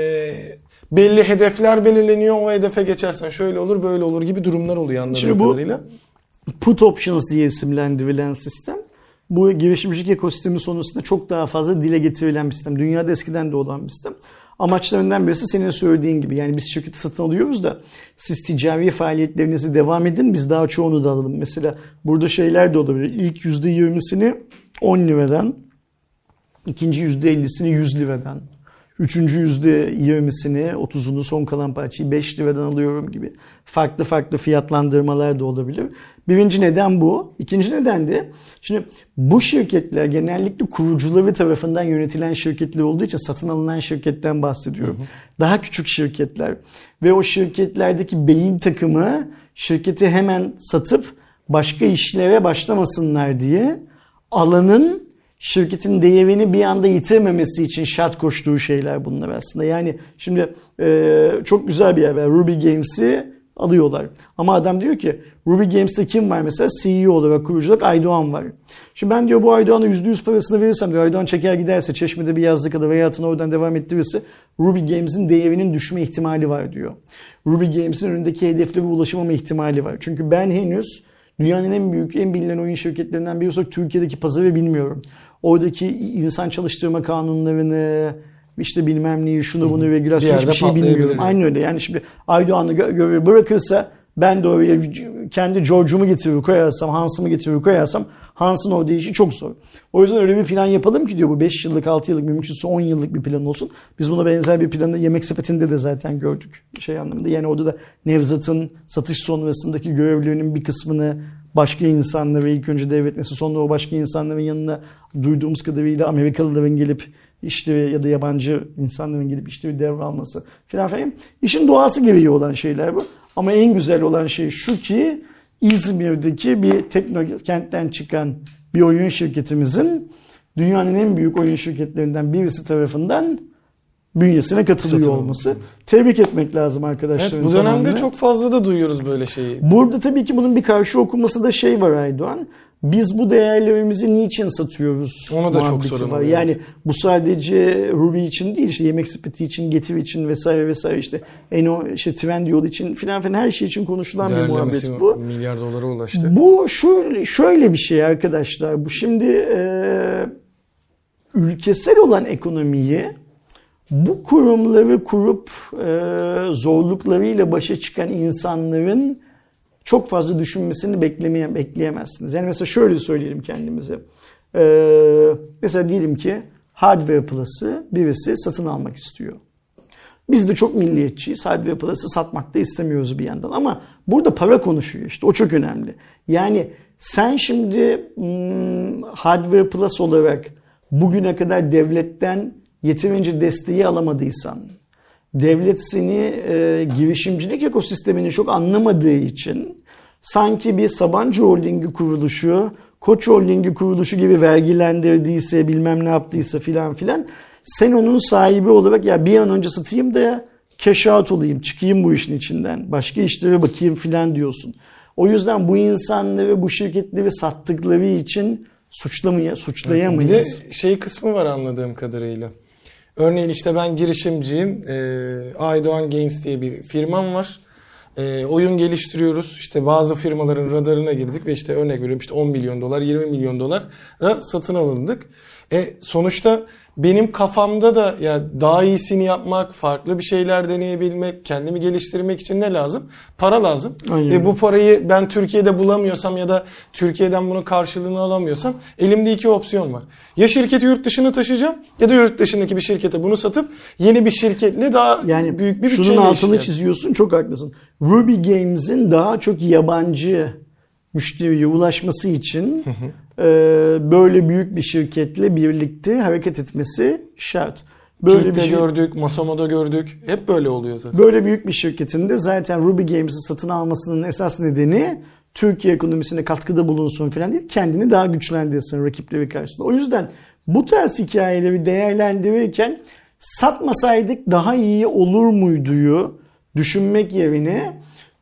[SPEAKER 1] belli hedefler belirleniyor. O hedefe geçersen şöyle olur böyle olur gibi durumlar oluyor anladığım kadarıyla.
[SPEAKER 2] Put options diye isimlendirilen sistem, bu girişimcilik ekosistemi sonrasında çok daha fazla dile getirilen bir sistem. Dünyada eskiden de olan bir sistem. Amaçlarından birisi senin söylediğin gibi. Yani biz şirketi satın alıyoruz da siz ticari faaliyetlerinizi devam edin, biz daha çoğunu da alalım. Mesela burada şeyler de olabilir. İlk yüzde yirmisini on liradan, ikinci yüzde ellisini yüz liradan, üçüncü yüzde yirmisini, otuzunu, son kalan parçayı beş liradan alıyorum gibi. Farklı farklı fiyatlandırmalar da olabilir. Birinci neden bu. İkinci neden de şimdi bu şirketler genellikle kurucuları tarafından yönetilen şirketler olduğu için satın alınan şirketten bahsediyorum. Hı hı. Daha küçük şirketler ve o şirketlerdeki beyin takımı şirketi hemen satıp başka işlere başlamasınlar diye alanın şirketin değerini bir anda yitirmemesi için şart koştuğu şeyler bunlar aslında. Yani şimdi e, çok güzel bir haber. Ruby Games'i alıyorlar. Ama adam diyor ki Ruby Games'te kim var mesela? C E O olarak, kurucu olarak Aydoğan var. Şimdi ben diyor bu Aydoğan'a yüzde yüz parasını verirsem diyor, Aydoğan çeker giderse, Çeşme'de bir yazlıkada veya hayatını oradan devam ettirirse Ruby Games'in değerinin düşme ihtimali var diyor. Ruby Games'in önündeki hedeflere ulaşamama ihtimali var. Çünkü ben henüz dünyanın en büyük, en bilinen oyun şirketlerinden biri olarak Türkiye'deki pazarı bilmiyorum. Oradaki insan çalıştırma kanunlarını, işte bilmem neyi, şunu bunu, regülasyon,
[SPEAKER 1] Bir
[SPEAKER 2] hiçbir
[SPEAKER 1] yerde
[SPEAKER 2] şey bilmiyorum.
[SPEAKER 1] patlayabilir.
[SPEAKER 2] Aynen öyle. Yani şimdi Aydoğan'ı gö- görevi bırakırsa ben de oraya kendi George'umu getirir koyarsam, Hans'ımı getirir koyarsam Hans'ın orada işi çok zor. O yüzden öyle bir plan yapalım ki diyor, bu beş yıllık, altı yıllık, mümkünse on yıllık bir plan olsun. Biz buna benzer bir planı Yemek Sepeti'nde de zaten gördük. Şey anlamında, yani orada da Nevzat'ın satış sonrasındaki görevlerinin bir kısmını başka insanlara ilk önce devretmesi, sonra o başka insanların yanına duyduğumuz kadarıyla Amerikalıların gelip işte ya da yabancı insanların gelip işte devralması filan filan. İşin doğası gereği olan şeyler bu. Ama en güzel olan şey şu ki İzmir'deki bir teknokentten çıkan bir oyun şirketimizin dünyanın en büyük oyun şirketlerinden birisi tarafından bünyesine katılıyor
[SPEAKER 1] Satın
[SPEAKER 2] olması.
[SPEAKER 1] olması.
[SPEAKER 2] Tebrik etmek lazım arkadaşlar.
[SPEAKER 1] Evet, bu dönemde çok fazla da duyuyoruz böyle şeyi.
[SPEAKER 2] Burada tabii ki bunun bir karşı okuması da şey var Aydoğan. Biz bu değerlerimizi niçin satıyoruz?
[SPEAKER 1] Onu da çok
[SPEAKER 2] muhabbeti
[SPEAKER 1] sorun
[SPEAKER 2] var.
[SPEAKER 1] oluyor,
[SPEAKER 2] Yani
[SPEAKER 1] evet.
[SPEAKER 2] bu sadece Ruby için değil, işte Yemek Sepeti için, Getir için vesaire vesaire, işte Eno, işte Trendyol için filan filan her şey için konuşulan bir muhabbet
[SPEAKER 1] Değerlemesi
[SPEAKER 2] bu.
[SPEAKER 1] milyar dolara ulaştı.
[SPEAKER 2] Bu şu şöyle bir şey arkadaşlar. Bu şimdi e, ülkesel olan ekonomiyi bu kurumları kurup e, zorluklarıyla başa çıkan insanların çok fazla düşünmesini beklemeyen, bekleyemezsiniz. Yani mesela şöyle söyleyelim kendimize. Ee, mesela diyelim ki Hardware Plus'ı birisi satın almak istiyor. Biz de çok milliyetçiyiz. Hardware Plus'ı satmak da istemiyoruz bir yandan. Ama burada para konuşuyor işte. O çok önemli. Yani sen şimdi hmm, Hardware Plus olarak bugüne kadar devletten yeterince desteği alamadıysan, devlet seni e, girişimcilik ekosistemini çok anlamadığı için sanki bir Sabancı Holding'i kuruluşu, Koç Holding'i kuruluşu gibi vergilendirdiyse, bilmem ne yaptıysa filan filan, sen onun sahibi olarak ya bir an önce satayım da ya cash out olayım, çıkayım bu işin içinden, başka işlere bakayım filan diyorsun. O yüzden bu insanları, bu şirketleri sattıkları için suçlamaya, suçlayamayız.
[SPEAKER 1] Bir de şey kısmı var anladığım kadarıyla. Örneğin işte ben girişimciyim. Ee, Aydoğan Games diye bir firmam var. Ee, oyun geliştiriyoruz. İşte bazı firmaların radarına girdik ve işte örnek veriyorum işte on milyon dolar, yirmi milyon dolara satın alındık. E, sonuçta benim kafamda da ya daha iyisini yapmak, farklı bir şeyler deneyebilmek, kendimi geliştirmek için ne lazım? Para lazım.
[SPEAKER 2] Aynen.
[SPEAKER 1] Ve bu parayı ben Türkiye'de bulamıyorsam ya da Türkiye'den bunun karşılığını alamıyorsam elimde iki opsiyon var. Ya şirketi yurt dışına taşıyacağım ya da yurt dışındaki bir şirkete bunu satıp yeni bir şirketle daha
[SPEAKER 2] yani
[SPEAKER 1] büyük bir bütçeyle
[SPEAKER 2] şunun altını
[SPEAKER 1] işleyeceğim.
[SPEAKER 2] çiziyorsun, çok haklısın. Ruby Games'in daha çok yabancı müşteriye ulaşması için e, böyle büyük bir şirketle birlikte hareket etmesi şart. Böyle
[SPEAKER 1] Peak'te
[SPEAKER 2] bir şey,
[SPEAKER 1] gördük, Masamo'da gördük. Hep böyle oluyor zaten.
[SPEAKER 2] böyle büyük bir şirketin de zaten Ruby Games'i satın almasının esas nedeni Türkiye ekonomisine katkıda bulunsun falan değil, kendini daha güçlendirsin rakipleri karşısında. O yüzden bu tarz hikayeleri değerlendirirken satmasaydık daha iyi olur muyduyu düşünmek yerine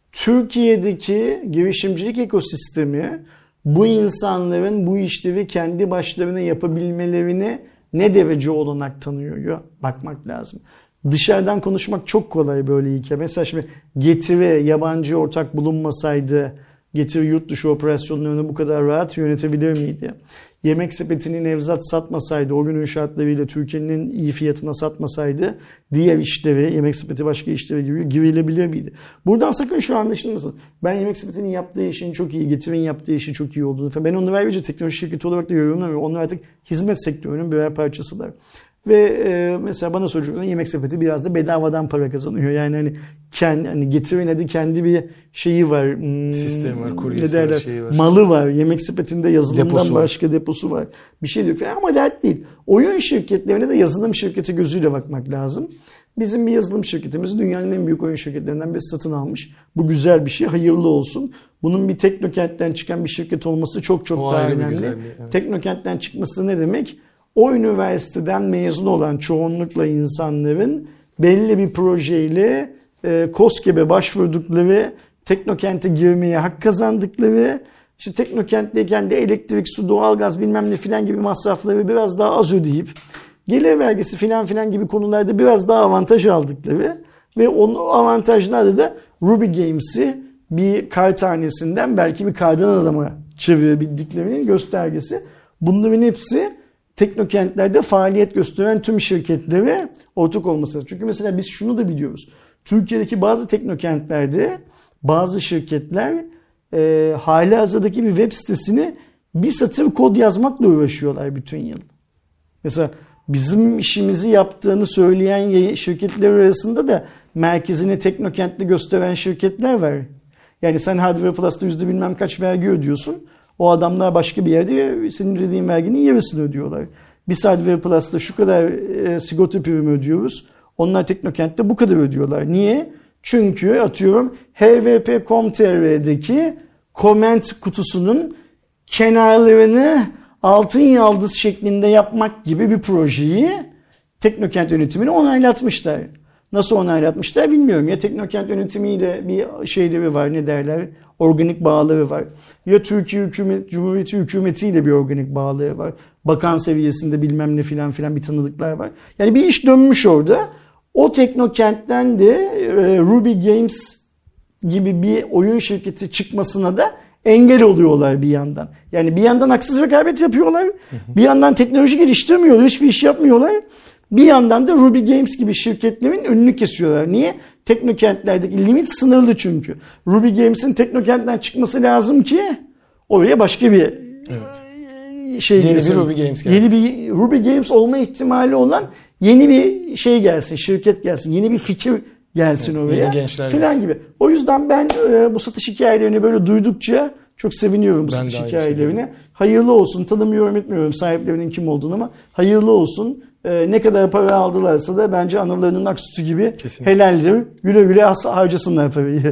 [SPEAKER 2] Türkiye'deki girişimcilik ekosistemi bu insanların bu işleri kendi başlarına yapabilmelerine ne derece olanak tanıyor bakmak lazım. Dışarıdan konuşmak çok kolay böyle hikaye. Mesela şimdi Getir'e yabancı ortak bulunmasaydı Getir yurt dışı operasyonlarını bu kadar rahat yönetebilir miydi? Yemek Sepeti'ni Nevzat satmasaydı, o günün şartlarıyla Türkiye'nin iyi fiyatına satmasaydı diğer işleri, Yemek Sepeti başka işlere gibi girilebilir miydi? Buradan sakın şu anlaşılmasın. Ben Yemek Sepeti'nin yaptığı işin çok iyi, Getir'in yaptığı işin çok iyi olduğunu falan. Ben onları ayrıca teknoloji şirketi olarak da yorumlamıyorum. Onlar artık hizmet sektörünün birer parçasılar. Ve e, mesela bana soracaklar, Yemek Sepeti biraz da bedavadan para kazanıyor. Yani hani kendi hani Getir'in hadi kendi bir şeyi var. Hmm,
[SPEAKER 1] Sistemi var, kuryesi
[SPEAKER 2] ne derler,
[SPEAKER 1] var, şeyi var.
[SPEAKER 2] malı var. Yemek Sepeti'nde yazılımdan
[SPEAKER 1] Deposu var.
[SPEAKER 2] başka deposu var. Bir şey diyor falan ama dert değil. Oyun şirketlerine de yazılım şirketi gözüyle bakmak lazım. Bizim bir yazılım şirketimiz dünyanın en büyük oyun şirketlerinden birisi satın almış. Bu güzel bir şey, hayırlı olsun. Bunun bir Teknokent'ten çıkan bir şirket olması çok çok
[SPEAKER 1] O
[SPEAKER 2] daha
[SPEAKER 1] ayrı bir
[SPEAKER 2] önemli.
[SPEAKER 1] güzelliği, evet.
[SPEAKER 2] Teknokent'ten çıkması da ne demek? O üniversiteden mezun olan çoğunlukla insanların belli bir projeyle e, KOSGEB'e başvurdukları, Teknokent'e girmeye hak kazandıkları, işte Teknokent'teyken de elektrik, su, doğalgaz bilmem ne filan gibi masrafları biraz daha az ödeyip gelir vergisi filan filan gibi konularda biraz daha avantaj aldıkları ve onun avantajlarda da Ruby Games'i bir kar tanesinden belki bir kardan adama çevirebildiklerinin göstergesi. Bunların hepsi teknokentlerde faaliyet gösteren tüm şirketlere ortak olması lazım. Çünkü mesela biz şunu da biliyoruz. Türkiye'deki bazı teknokentlerde bazı şirketler e, hali hazırdaki bir web sitesini bir satır kod yazmakla uğraşıyorlar bütün yıl. Mesela bizim işimizi yaptığını söyleyen şirketler arasında da merkezini teknokentte gösteren şirketler var. Yani sen Hardware Plus'ta yüzde bilmem kaç vergi ödüyorsun. O adamlar başka bir yerde senin ödediğin verginin yarısını ödüyorlar. Biz Hardware Plus'ta şu kadar e, sigorta primi ödüyoruz. Onlar Teknokent'te bu kadar ödüyorlar. Niye? Çünkü atıyorum h v p nokta com nokta t r'deki comment kutusunun kenarlarını altın yaldız şeklinde yapmak gibi bir projeyi Teknokent yönetimine onaylatmışlar. Nasıl onaylatmışlar bilmiyorum. Ya Teknokent yönetimiyle bir şeyleri var, ne derler, organik bağları var. Ya Türkiye Hükümet, Cumhuriyeti hükümetiyle bir organik bağları var. Bakan seviyesinde bilmem ne filan filan bir tanıdıklar var. Yani bir iş dönmüş orada. O Teknokent'ten de e, Ruby Games gibi bir oyun şirketi çıkmasına da engel oluyorlar bir yandan. Yani bir yandan haksız rekabet yapıyorlar. Bir yandan teknoloji geliştirmiyorlar. Hiçbir iş yapmıyorlar. Bir yandan da Ruby Games gibi şirketlerin önünü kesiyorlar. Niye? Teknokentlerdeki limit sınırlı çünkü. Ruby Games'in Teknokent'ten çıkması lazım ki oraya başka bir
[SPEAKER 1] evet.
[SPEAKER 2] şey
[SPEAKER 1] yeni
[SPEAKER 2] gelsin.
[SPEAKER 1] bir Ruby Games gelsin.
[SPEAKER 2] Yeni bir Ruby Games olma ihtimali olan yeni bir şey gelsin, şirket gelsin, yeni bir fikir gelsin evet, oraya. Yeni gençler filan gelsin gibi. O yüzden ben e, bu satış hikayelerini böyle duydukça çok seviniyorum bu ben satış hikayelerini. Hayırlı olsun. Tanımıyorum etmiyorum sahiplerinin kim olduğunu ama hayırlı olsun. Ee, ne kadar para aldılarsa da bence analarının ak sütü gibi kesinlikle helaldir. Güle güle harcasınlar parayı.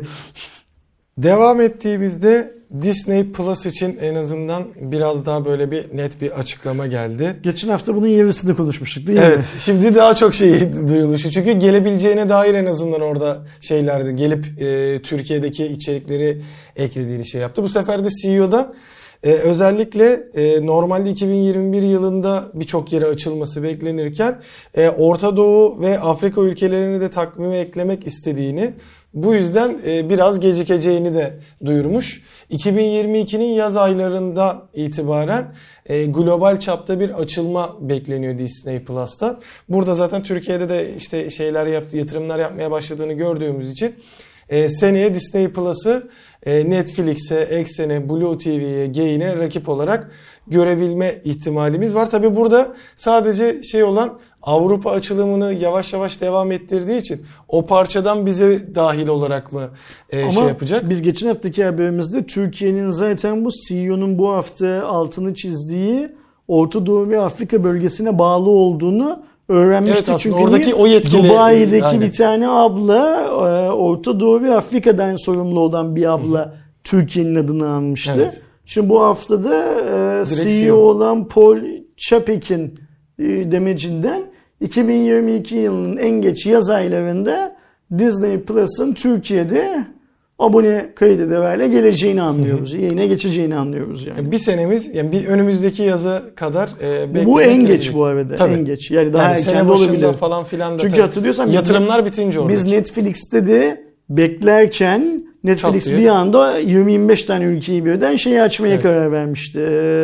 [SPEAKER 1] Devam ettiğimizde Disney Plus için en azından biraz daha böyle bir net bir açıklama geldi.
[SPEAKER 2] Geçen hafta bunun yarısında konuşmuştuk değil
[SPEAKER 1] evet,
[SPEAKER 2] mi?
[SPEAKER 1] Evet. Şimdi daha çok şey duyuluşu. Çünkü gelebileceğine dair en azından orada şeylerdi. Gelip e, Türkiye'deki içerikleri eklediğini şey yaptı. Bu sefer de C E O'dan Ee, özellikle e, normalde iki bin yirmi bir yılında birçok yere açılması beklenirken e, Orta Doğu ve Afrika ülkelerini de takvime eklemek istediğini, bu yüzden e, biraz gecikeceğini de duyurmuş. iki bin yirmi ikinin yaz aylarında itibaren e, global çapta bir açılma bekleniyor Disney Plus'ta. Burada zaten Türkiye'de de işte şeyler yaptı, yatırımlar yapmaya başladığını gördüğümüz için e, seneye Disney Plus'ı Netflix'e, Exxen'e, Blue T V'ye, Gain'e rakip olarak görebilme ihtimalimiz var. Tabi burada sadece şey olan Avrupa açılımını yavaş yavaş devam ettirdiği için o parçadan bize dahil olarak mı e,
[SPEAKER 2] Ama
[SPEAKER 1] şey yapacak?
[SPEAKER 2] Biz geçen haftaki haberimizde Türkiye'nin zaten bu C E O'nun bu hafta altını çizdiği Orta Doğu ve Afrika bölgesine bağlı olduğunu öğrenmiştik.
[SPEAKER 1] Evet,
[SPEAKER 2] çünkü
[SPEAKER 1] oradaki o yetkili
[SPEAKER 2] Dubai'deki
[SPEAKER 1] aynen.
[SPEAKER 2] bir tane abla Orta Doğu ve Afrika'dan sorumlu olan bir abla Hı. Türkiye'nin adını almıştı. Evet. Şimdi bu haftada Direkt C E O olan Paul Chapek'in demecinden iki bin yirmi iki yılının en geç yaz aylarında Disney Plus'ın Türkiye'de abone kaydederlerle geleceğini anlıyoruz. Hı hı. Yayına geçeceğini anlıyoruz yani.
[SPEAKER 1] Bir senemiz, yani bir önümüzdeki yaza kadar e,
[SPEAKER 2] bu en geç gelecek. Bu arada. Tabii. En geç. Yani daha yani erken de olabilir.
[SPEAKER 1] Falan filan da
[SPEAKER 2] çünkü hatırlıyorsan
[SPEAKER 1] yatırımlar bitince oradaki.
[SPEAKER 2] Biz Netflix'te de beklerken Netflix bir anda yirmi yirmi beş tane ülkeyi birden şeyi açmaya evet. karar vermişti.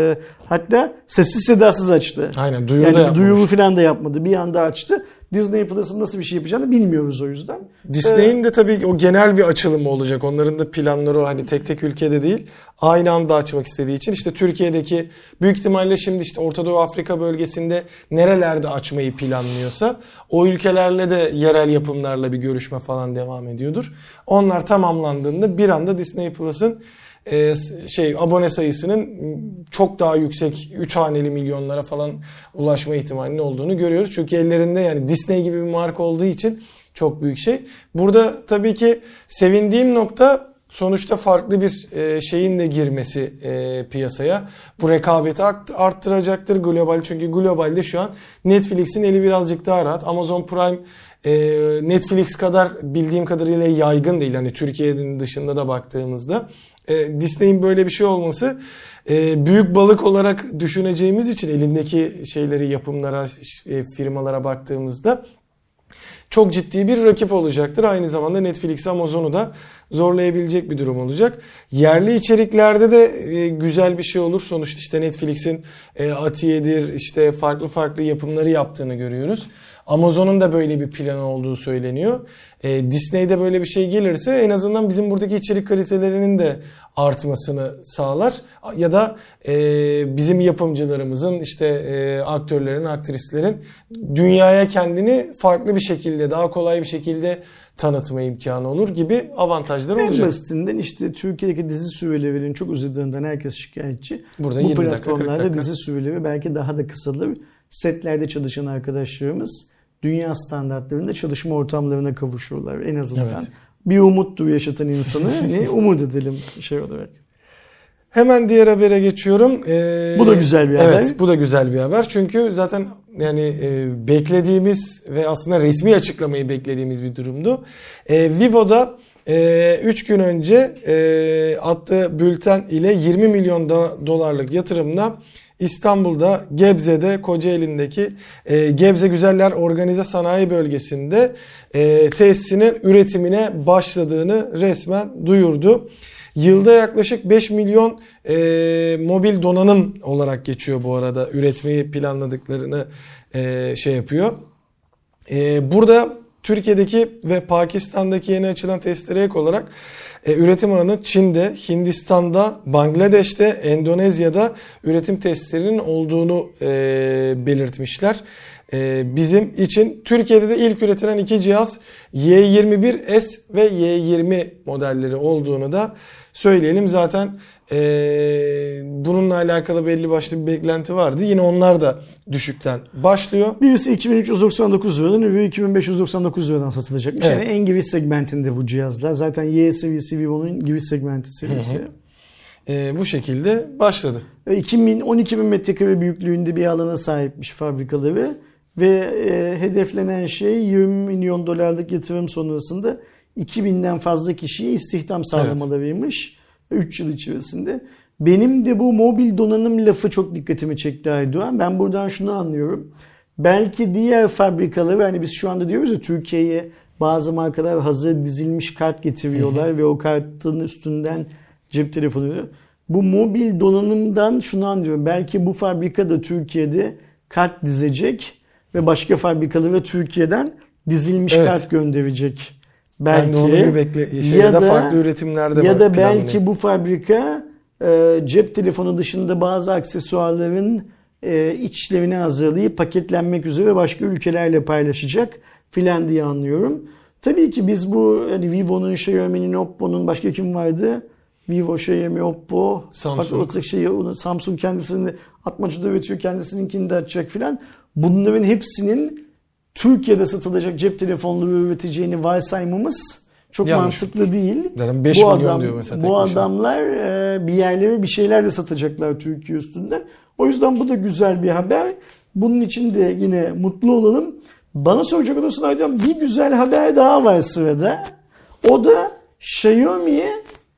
[SPEAKER 2] Hatta sessiz sedasız açtı.
[SPEAKER 1] Aynen, duyuru
[SPEAKER 2] yani
[SPEAKER 1] da yapmamış.
[SPEAKER 2] Duyuru falan da yapmadı. Bir anda açtı. Disney Plus'ın nasıl bir şey yapacağını bilmiyoruz o yüzden.
[SPEAKER 1] Disney'in ee, de tabii o genel bir açılımı olacak. Onların da planları o, hani tek tek ülkede değil. Aynı anda açmak istediği için işte Türkiye'deki büyük ihtimalle şimdi işte Orta Doğu Afrika bölgesinde nerelerde açmayı planlıyorsa o ülkelerle de yerel yapımlarla bir görüşme falan devam ediyordur. Onlar tamamlandığında bir anda Disney Plus'ın Ee, şey abone sayısının çok daha yüksek üç haneli milyonlara falan ulaşma ihtimalinin olduğunu görüyoruz. Çünkü ellerinde yani Disney gibi bir marka olduğu için çok büyük şey. Burada tabii ki sevindiğim nokta sonuçta farklı bir şeyin de girmesi piyasaya. Bu rekabeti arttıracaktır global. Çünkü globalde şu an Netflix'in eli birazcık daha rahat. Amazon Prime Netflix kadar bildiğim kadarıyla yaygın değil. Hani Türkiye'nin dışında da baktığımızda. Disney'in böyle bir şey olması büyük balık olarak düşüneceğimiz için elindeki şeyleri yapımlara, firmalara baktığımızda çok ciddi bir rakip olacaktır. Aynı zamanda Netflix, Amazon'u da zorlayabilecek bir durum olacak. Yerli içeriklerde de e, güzel bir şey olur. Sonuçta işte Netflix'in e, Atiye'dir, işte farklı farklı yapımları yaptığını görüyoruz. Amazon'un da böyle bir planı olduğu söyleniyor. E, Disney'de böyle bir şey gelirse en azından bizim buradaki içerik kalitelerinin de artmasını sağlar. Ya da e, bizim yapımcılarımızın, işte e, aktörlerin, aktrislerin dünyaya kendini farklı bir şekilde, daha kolay bir şekilde tanıtma imkanı olur gibi avantajları olacak.
[SPEAKER 2] En basitinden işte Türkiye'deki dizi sürelerinin çok uzadığından herkes şikayetçi.
[SPEAKER 1] Burada
[SPEAKER 2] bu
[SPEAKER 1] yirmi dakika,
[SPEAKER 2] platformlarda
[SPEAKER 1] kırk dakika.
[SPEAKER 2] dizi süreleri belki daha da kısalır. Setlerde çalışan arkadaşlarımız dünya standartlarında çalışma ortamlarına kavuşurlar en azından. Evet. Bir umuttur yaşatan insanı. Ne umut edelim şey olarak.
[SPEAKER 1] Hemen diğer habere geçiyorum. Ee,
[SPEAKER 2] bu da güzel bir haber.
[SPEAKER 1] Evet, bu da güzel bir haber. Çünkü zaten yani e, beklediğimiz ve aslında resmi açıklamayı beklediğimiz bir durumdu. E, Vivo'da üç e, gün önce e, attığı bülten ile yirmi milyon dolarlık yatırımla İstanbul'da, Gebze'de, Kocaeli'ndeki e, Gebze Güzeller Organize Sanayi Bölgesi'nde e, tesisinin üretimine başladığını resmen duyurdu. Yılda yaklaşık beş milyon e, mobil donanım olarak geçiyor bu arada. Üretmeyi planladıklarını e, şey yapıyor. E, burada Türkiye'deki ve Pakistan'daki yeni açılan tesislere ek olarak e, üretim alanı Çin'de, Hindistan'da, Bangladeş'te, Endonezya'da üretim tesislerinin olduğunu e, belirtmişler. E, bizim için Türkiye'de de ilk üretilen iki cihaz Y yirmi bir S ve Y yirmi modelleri olduğunu da söyleyelim. Zaten e, bununla alakalı belli başlı bir beklenti vardı. Yine onlar da düşükten başlıyor.
[SPEAKER 2] Birisi iki bin üç yüz doksan dokuz liradan, öbürü iki bin beş yüz doksan dokuz liradan satılacakmış. Evet. Yani en giriş segmentinde bu cihazlar. Zaten Y seviyesi Vivo'nun giriş segmenti seviyesi. Hı hı.
[SPEAKER 1] E, bu şekilde başladı.
[SPEAKER 2] iki bin on iki bin metrekare büyüklüğünde bir alana sahipmiş fabrikaları. Ve e, hedeflenen şey yirmi milyon dolarlık yatırım sonrasında iki binden fazla kişiye istihdam sağlamalarıymış. Evet. üç yıl içerisinde. Benim de bu mobil donanım lafı çok dikkatimi çekti Aydoğan. Ben buradan şunu anlıyorum. Belki diğer fabrikaları, hani biz şu anda diyoruz ya Türkiye'ye bazı markalar hazır dizilmiş kart getiriyorlar. Hı hı. Ve o kartın üstünden cep telefonu. Bu mobil donanımdan şunu anlıyorum. Belki bu fabrika da Türkiye'de kart dizecek ve başka fabrikalara Türkiye'den dizilmiş evet. kart gönderecek. Belki
[SPEAKER 1] yani onu bir bekle şey, ya da farklı üretimlerde
[SPEAKER 2] ya
[SPEAKER 1] var.
[SPEAKER 2] Ya da belki planı. Bu fabrika e, cep telefonu dışında bazı aksesuarların e, içlerini hazırlayıp paketlenmek üzere başka ülkelerle paylaşacak filan diye anlıyorum. Tabii ki biz bu hani Vivo'nun, Xiaomi'nin, Oppo'nun, başka kim vardı? Vivo, Xiaomi, Oppo,
[SPEAKER 1] Samsung.
[SPEAKER 2] Bak, şey, Samsung kendisini atmacıda üretiyor, kendisininkini de atacak filan. Bunların hepsinin Türkiye'de satılacak cep telefonları üreteceğini varsaymamız çok yanlış mantıklı olur. Değil.
[SPEAKER 1] Zaten beş
[SPEAKER 2] bu
[SPEAKER 1] milyon
[SPEAKER 2] adam,
[SPEAKER 1] diyor mesela.
[SPEAKER 2] Bu adamlar e, bir yerlere bir şeyler de satacaklar Türkiye üstünden. O yüzden bu da güzel bir haber. Bunun için de yine mutlu olalım. Bana soracak olursun Aydoğan, bir güzel haber daha var sırada. O da Xiaomi'ye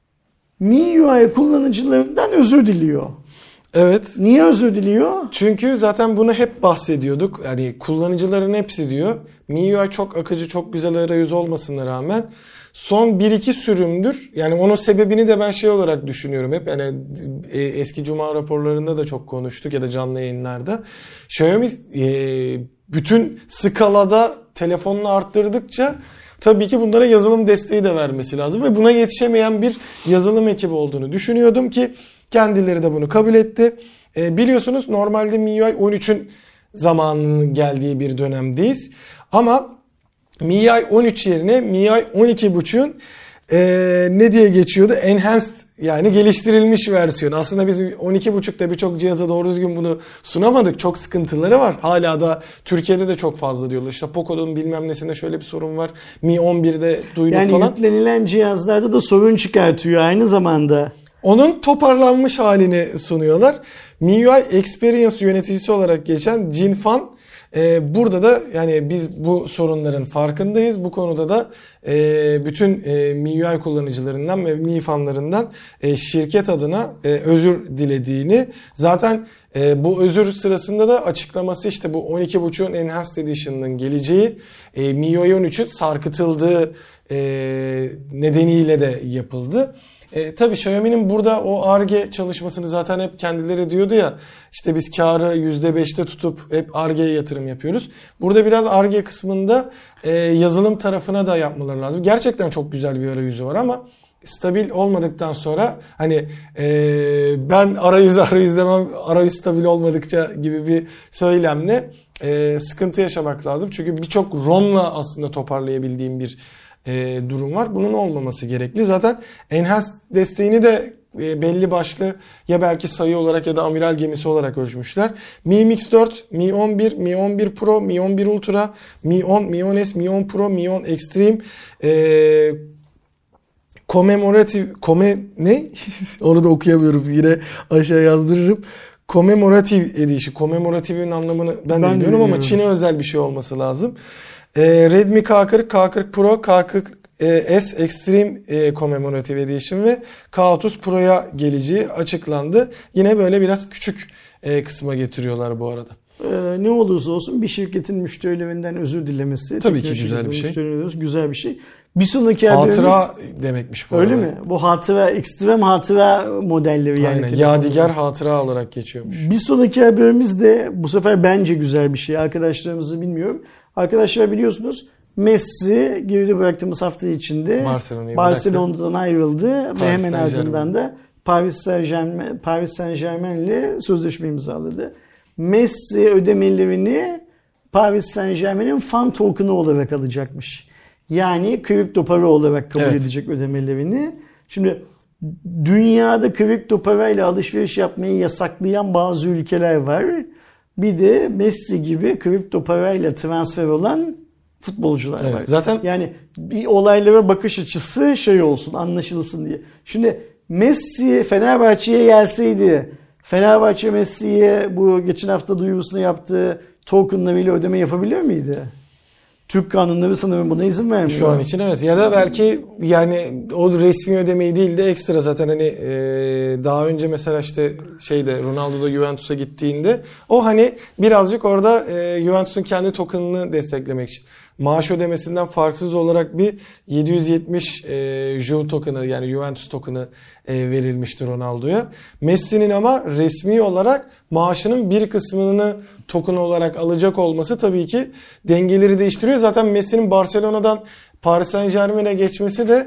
[SPEAKER 2] M I U I kullanıcılarından özür diliyor.
[SPEAKER 1] Evet.
[SPEAKER 2] Niye özür diliyor?
[SPEAKER 1] Çünkü zaten bunu hep bahsediyorduk. Yani kullanıcıların hepsi diyor. M I U I çok akıcı, çok güzel arayüz olmasına rağmen son bir iki sürümdür. Yani onun sebebini de ben şey olarak düşünüyorum hep. Yani eski Cuma raporlarında da çok konuştuk ya da canlı yayınlarda. Xiaomi bütün skalada telefonunu arttırdıkça tabii ki bunlara yazılım desteği de vermesi lazım ve buna yetişemeyen bir yazılım ekibi olduğunu düşünüyordum ki kendileri de bunu kabul etti. E, biliyorsunuz normalde M I U I on üçün zamanının geldiği bir dönemdeyiz. Ama M I U I on üç yerine M I U I on iki buçuğun e, ne diye geçiyordu? Enhanced, yani geliştirilmiş versiyon. Aslında biz on iki buçukta birçok cihaza doğru düzgün bunu sunamadık. Çok sıkıntıları var. Hala da Türkiye'de de çok fazla diyorlar. İşte Poco'nun bilmem nesinde şöyle bir sorun var. Mi on birde duyduk
[SPEAKER 2] yani
[SPEAKER 1] falan.
[SPEAKER 2] Yani yüklenilen cihazlarda da sorun çıkartıyor aynı zamanda.
[SPEAKER 1] Onun toparlanmış halini sunuyorlar. M I U I Experience yöneticisi olarak geçen Jin Fan E, burada da yani biz bu sorunların farkındayız. Bu konuda da e, bütün e, M I U I kullanıcılarından ve M I fanlarından e, şirket adına e, özür dilediğini, zaten e, bu özür sırasında da açıklaması işte bu on iki buçuğun Enhanced Edition'ın geleceği, e, M I U I on üçün sarkıtıldığı e, nedeniyle de yapıldı. E, tabii Xiaomi'nin burada o Ar-Ge çalışmasını zaten hep kendileri diyordu ya, işte biz karı yüzde beşte tutup hep Ar-Ge'ye yatırım yapıyoruz. Burada biraz Ar-Ge kısmında e, yazılım tarafına da yapmaları lazım. Gerçekten çok güzel bir arayüzü var ama stabil olmadıktan sonra hani e, ben arayüz arayüz demem, arayüz stabil olmadıkça gibi bir söylemle e, sıkıntı yaşamak lazım. Çünkü birçok ROM'la aslında toparlayabildiğim bir E, durum var. Bunun olmaması gerekli. Zaten Enhanced desteğini de e, belli başlı ya belki sayı olarak ya da amiral gemisi olarak ölçmüşler. Mi Mix dört, Mi on bir, Mi on bir Pro, Mi on bir Ultra, Mi on, Mi on S, Mi on Pro, Mi on Extreme, e, Commemorative, Come, ne? Onu da okuyamıyorum. Yine aşağı yazdırırım. Commemorative Edition. Commemorative'in anlamını ben, ben de biliyorum ama Çin'e özel bir şey olması lazım. Ee, Redmi K kırk, K kırk Pro, K kırk S Extreme e, Commemorative Edition ve K otuz Pro'ya geleceği açıklandı. Yine böyle biraz küçük e, kısma getiriyorlar bu arada.
[SPEAKER 2] Ee, ne olursa olsun bir şirketin müşterilerinden özür dilemesi
[SPEAKER 1] tabii ki güzel bir şey.
[SPEAKER 2] Güzel bir şey. Bir sonraki
[SPEAKER 1] hatıra
[SPEAKER 2] haberimiz,
[SPEAKER 1] demekmiş bu
[SPEAKER 2] öyle
[SPEAKER 1] arada.
[SPEAKER 2] mi? Bu hatıra, ekstrem hatıra modelleri yani.
[SPEAKER 1] Aynen, yadigar hatıra olarak geçiyormuş.
[SPEAKER 2] Bir sonraki haberimiz de bu sefer bence güzel bir şey. Arkadaşlarımızı bilmiyorum. Arkadaşlar biliyorsunuz Messi geride bıraktığımız hafta içinde Barcelona'dan Barcelona'dan ayrıldı Paris ve hemen ardından da Paris Saint-Germain Paris Saint-Germain ile sözleşme imzaladı. Messi ödemelerini Paris Saint-Germain'in fan token'ı olarak alacakmış. Yani kripto para olarak kabul evet. edecek ödemelerini. Şimdi dünyada kripto parayla alışveriş yapmayı yasaklayan bazı ülkeler var. Bir de Messi gibi kripto parayla transfer olan futbolcular evet, var.
[SPEAKER 1] Zaten
[SPEAKER 2] yani bir olaylara bakış açısı şey olsun, anlaşılsın diye. Şimdi Messi Fenerbahçe'ye gelseydi, Fenerbahçe Messi'ye bu geçen hafta duyurusunu yaptığı tokenlarıyla ödeme yapabilir miydi? Türk kanunları sanırım buna izin vermiyor.
[SPEAKER 1] Şu an için evet. Ya da belki yani o resmi ödemeyi değil de ekstra zaten hani e, daha önce mesela işte şeyde Ronaldo da Juventus'a gittiğinde o hani birazcık orada e, Juventus'un kendi token'ını desteklemek için maaş ödemesinden farksız olarak bir yedi yüz yetmiş e, Ju token'ı yani Juventus token'ı e, verilmiştir Ronaldo'ya. Messi'nin ama resmi olarak maaşının bir kısmını token olarak alacak olması tabii ki dengeleri değiştiriyor. Zaten Messi'nin Barcelona'dan Paris Saint-Germain'e geçmesi de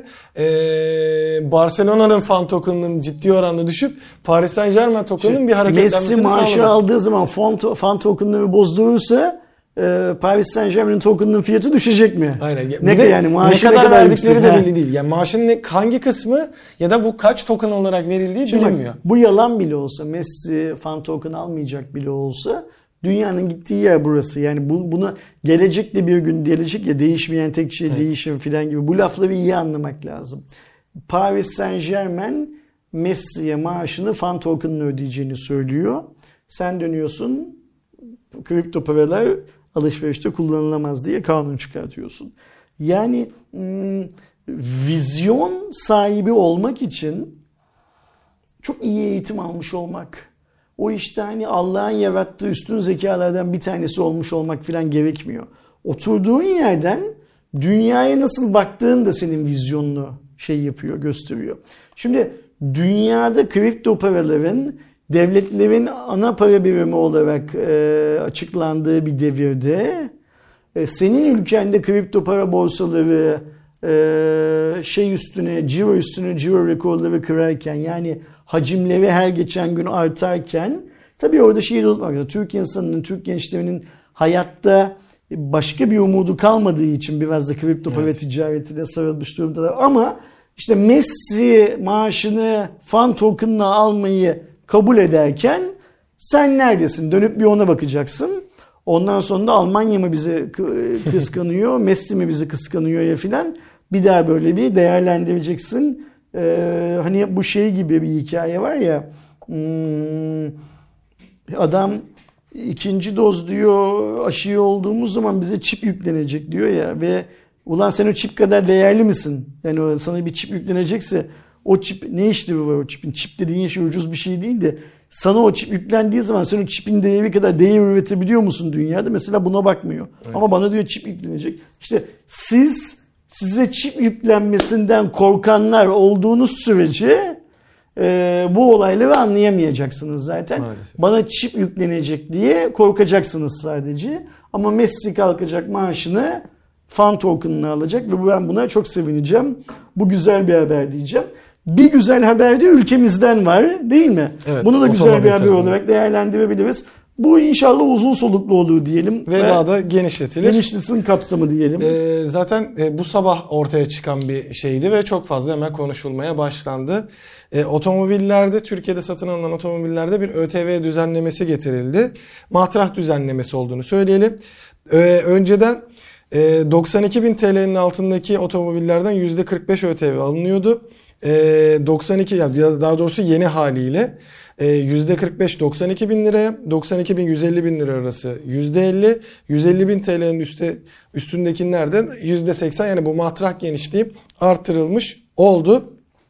[SPEAKER 1] e, Barcelona'nın fan token'ının ciddi oranda düşüp Paris Saint-Germain token'ının bir hareketlenmesini
[SPEAKER 2] sağladı. Messi maaşı
[SPEAKER 1] sağladı.
[SPEAKER 2] aldığı zaman fan, fan token'ları bozdurursa Paris Saint-Germain'in token'ının fiyatı düşecek mi?
[SPEAKER 1] Aynen.
[SPEAKER 2] Ne, de, yani maaşı
[SPEAKER 1] ne kadar,
[SPEAKER 2] ne kadar
[SPEAKER 1] verdikleri
[SPEAKER 2] yüksek,
[SPEAKER 1] de belli değil. Yani maaşın ne, hangi kısmı ya da bu kaç token olarak verildiği
[SPEAKER 2] Şimdi
[SPEAKER 1] bilinmiyor.
[SPEAKER 2] Bak, bu yalan bile olsa, Messi fan token almayacak bile olsa dünyanın gittiği yer burası. Yani bu, bunu gelecekte bir gün gelecek ya değişmeyen tek şey evet. değişim filan gibi bu lafları iyi anlamak lazım. Paris Saint-Germain Messi'ye maaşını fan token'ını ödeyeceğini söylüyor. Sen dönüyorsun kripto paralar alışverişte kullanılamaz diye kanun çıkartıyorsun. Yani hmm, vizyon sahibi olmak için çok iyi eğitim almış olmak, o işte hani Allah'ın yarattığı üstün zekalardan bir tanesi olmuş olmak falan gerekmiyor. Oturduğun yerden dünyaya nasıl baktığın da senin vizyonunu şey yapıyor, gösteriyor. Şimdi dünyada kripto paraların devletlerin ana para birimi olarak e, açıklandığı bir devirde e, senin ülkende kripto para borsaları e, şey üstüne, ciro üstüne ciro rekorları kırarken yani hacimleri her geçen gün artarken tabii orada şeyi unutmak lazım. Türk insanının, Türk gençlerinin hayatta başka bir umudu kalmadığı için biraz da kripto para evet. ticaretine sarılmış durumdalar. Ama işte Messi maaşını fan token'la almayı kabul ederken sen neredesin? Dönüp bir ona bakacaksın. Ondan sonra da Almanya mı bizi kıskanıyor, Messi mi bizi kıskanıyor ya filan. Bir daha böyle bir değerlendireceksin. Ee, hani bu şey gibi bir hikaye var ya. Hmm, adam ikinci doz diyor aşıyı olduğumuz zaman bize çip yüklenecek diyor ya ve ulan sen o çip kadar değerli misin? Yani o, sana bir çip yüklenecekse o çip ne işlevi var o çipin? Çip dediğin şey ucuz bir şey değil de sana o çip yüklendiği zaman sen o çipin değeri kadar değer üretebiliyor musun dünyada? Mesela buna bakmıyor. Evet. Ama bana diyor çip yüklenecek. İşte siz size çip yüklenmesinden korkanlar olduğunuz sürece e, bu olayları anlayamayacaksınız zaten. Maalesef. Bana çip yüklenecek diye korkacaksınız sadece. Ama Messi kalkacak maaşını fan token'ını alacak ve ben buna çok sevineceğim. Bu güzel bir haber diyeceğim. Bir güzel haber de ülkemizden var değil mi? Evet, bunu da güzel bir haber olarak değerlendirebiliriz. Bu inşallah uzun soluklu olur diyelim.
[SPEAKER 1] Ve, ve daha da genişletilir.
[SPEAKER 2] Genişletin kapsamı diyelim.
[SPEAKER 1] Ee, zaten e, bu sabah ortaya çıkan bir şeydi ve çok fazla hemen konuşulmaya başlandı. E, otomobillerde, Türkiye'de satın alınan otomobillerde bir ÖTV düzenlemesi getirildi. Matrah düzenlemesi olduğunu söyleyelim. Ee, önceden e, doksan iki bin T L'nin altındaki otomobillerden yüzde kırk beş ÖTV alınıyordu. E, doksan iki daha doğrusu yeni haliyle yüzde kırk beş doksan iki bin liraya, doksan iki bin yüz elli bin lira arası yüzde elli, yüz elli bin T L'nin üstte, üstündekilerden yüzde seksen, yani bu matrah genişliği artırılmış oldu.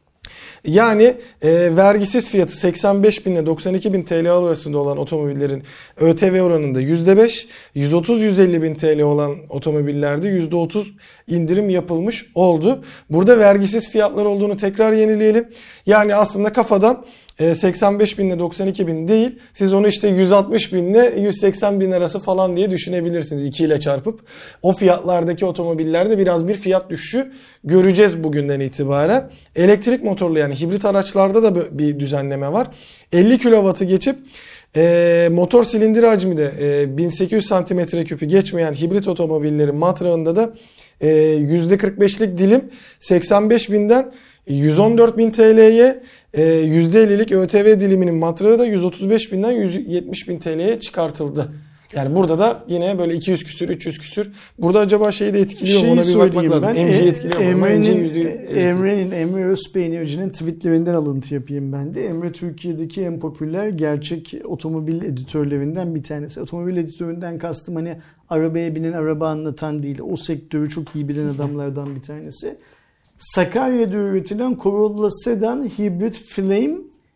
[SPEAKER 1] Yani e, vergisiz fiyatı seksen beş bin ile doksan iki bin T L arasında olan otomobillerin ÖTV oranında yüzde beş, yüz otuz yüz elli bin T L olan otomobillerde yüzde otuz indirim yapılmış oldu. Burada vergisiz fiyatlar olduğunu tekrar yenileyelim. Yani aslında kafadan seksen beş bin ile doksan iki bin değil, siz onu işte yüz altmış bin ile yüz seksen bin arası falan diye düşünebilirsiniz iki ile çarpıp. O fiyatlardaki otomobillerde biraz bir fiyat düşüşü göreceğiz bugünden itibaren. Elektrik motorlu yani hibrit araçlarda da bir düzenleme var. elli kilovatı geçip e, motor silindir hacmi de e, bin sekiz yüz santimetre küpü geçmeyen hibrit otomobillerin matrağında da e, yüzde kırk beşlik dilim seksen beş binden yüz on dört bin T L'ye, yüzde ellilik ÖTV diliminin matrağı da yüz otuz beş binden yüz yetmiş bin T L'ye çıkartıldı. Yani burada da yine böyle iki yüz küsür, üç yüz küsür. Burada acaba şeyi de etkiliyor mu? Ona bir bakmak lazım. M G'yi etkiliyor mu?
[SPEAKER 2] Emre'nin, Emre Özpeynirci'nin tweetlerinden alıntı yapayım ben de. Emre Türkiye'deki en popüler gerçek otomobil editörlerinden bir tanesi. Otomobil editöründen kastım hani arabaya binen, araba anlatan değil. O sektörü çok iyi bilen adamlardan bir tanesi. Sakarya'da üretilen Corolla Sedan Hybrid Flame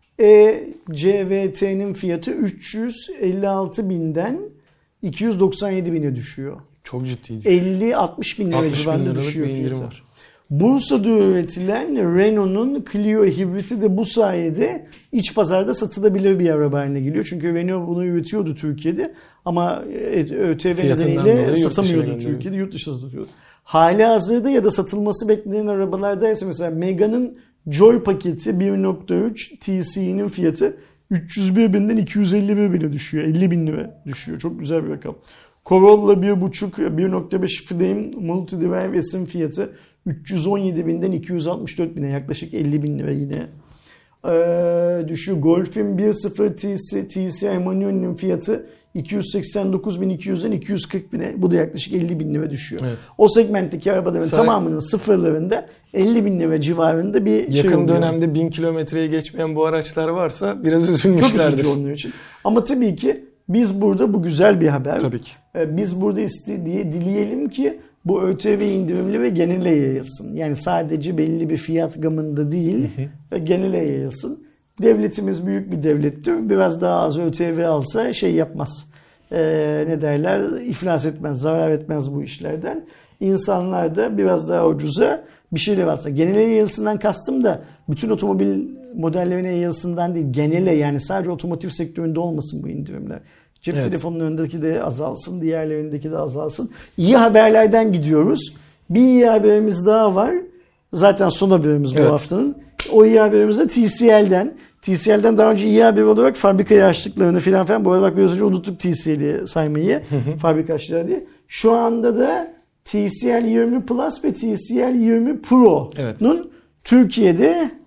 [SPEAKER 2] E C V T'nin fiyatı üç yüz elli altı binden iki yüz doksan yedi bine düşüyor.
[SPEAKER 1] Çok ciddi.
[SPEAKER 2] elli altmış bin lira civarında düşüyor fiyatı. Var. Bursa'da üretilen Renault'un Clio hibriti de bu sayede iç pazarda satılabilir bir araba haline geliyor. Çünkü Renault bunu üretiyordu Türkiye'de ama ÖTV nedeniyle satamıyordu Türkiye'de, yurt dışına satıyordu. Hali hazırda ya da satılması beklenen arabalardaysa mesela Megane'ın Joy paketi bir nokta üç T C'nin fiyatı üç yüz bir binden iki yüz elli bir bine düşüyor. elli bin lira düşüyor. Çok güzel bir rakam. Corolla bir buçuk bir nokta beş Flame Multi Drive S'in fiyatı üç yüz on yedi binden iki yüz altmış dört bine, yaklaşık elli bin lira yine ee, düşüyor. Golf'in bir nokta sıfır T C, T C I Manuel'in fiyatı iki yüz seksen dokuz bin iki yüzden iki yüz kırk bine, bu da yaklaşık elli bin lira düşüyor. Evet. O segmentteki arabaların Say- tamamının sıfırlarında elli bin lira civarında bir
[SPEAKER 1] yakın
[SPEAKER 2] şey oluyor.
[SPEAKER 1] Yakın dönemde bin kilometreye geçmeyen bu araçlar varsa biraz üzülmüşlerdir.
[SPEAKER 2] Çok üzücü onun için. Ama tabii ki biz burada, bu güzel bir haber.
[SPEAKER 1] Tabii ki.
[SPEAKER 2] Biz burada iste diye dileyelim ki bu ÖTV indirimli ve genele yayılsın. Yani sadece belli bir fiyat gamında değil ve genele yayılsın. Devletimiz büyük bir devlettir. Biraz daha az ÖTV alsa şey yapmaz. Ee, ne derler? İflas etmez, zarar etmez bu işlerden. İnsanlar da biraz daha ucuza bir şeyler alsa. Genele yayılsından kastım da bütün otomobil modellerine yayılsından değil. Genele, yani sadece otomotiv sektöründe olmasın bu indirimler. Cep evet. telefonunun önündeki de azalsın, diğerlerindeki de azalsın. İyi haberlerden gidiyoruz. Bir iyi haberimiz daha var. Zaten son haberimiz bu evet. haftanın. O iyi haberimiz de T C L'den. T C L'den daha önce iyi haber olarak fabrikayı açtıklarını filan filan. Bu arada bak biraz önce unuttuk T C L'yi saymayı. Fabrika açtılar diye. Şu anda da T C L yirmi Plus ve T C L yirmi Pro'nun evet. Türkiye'de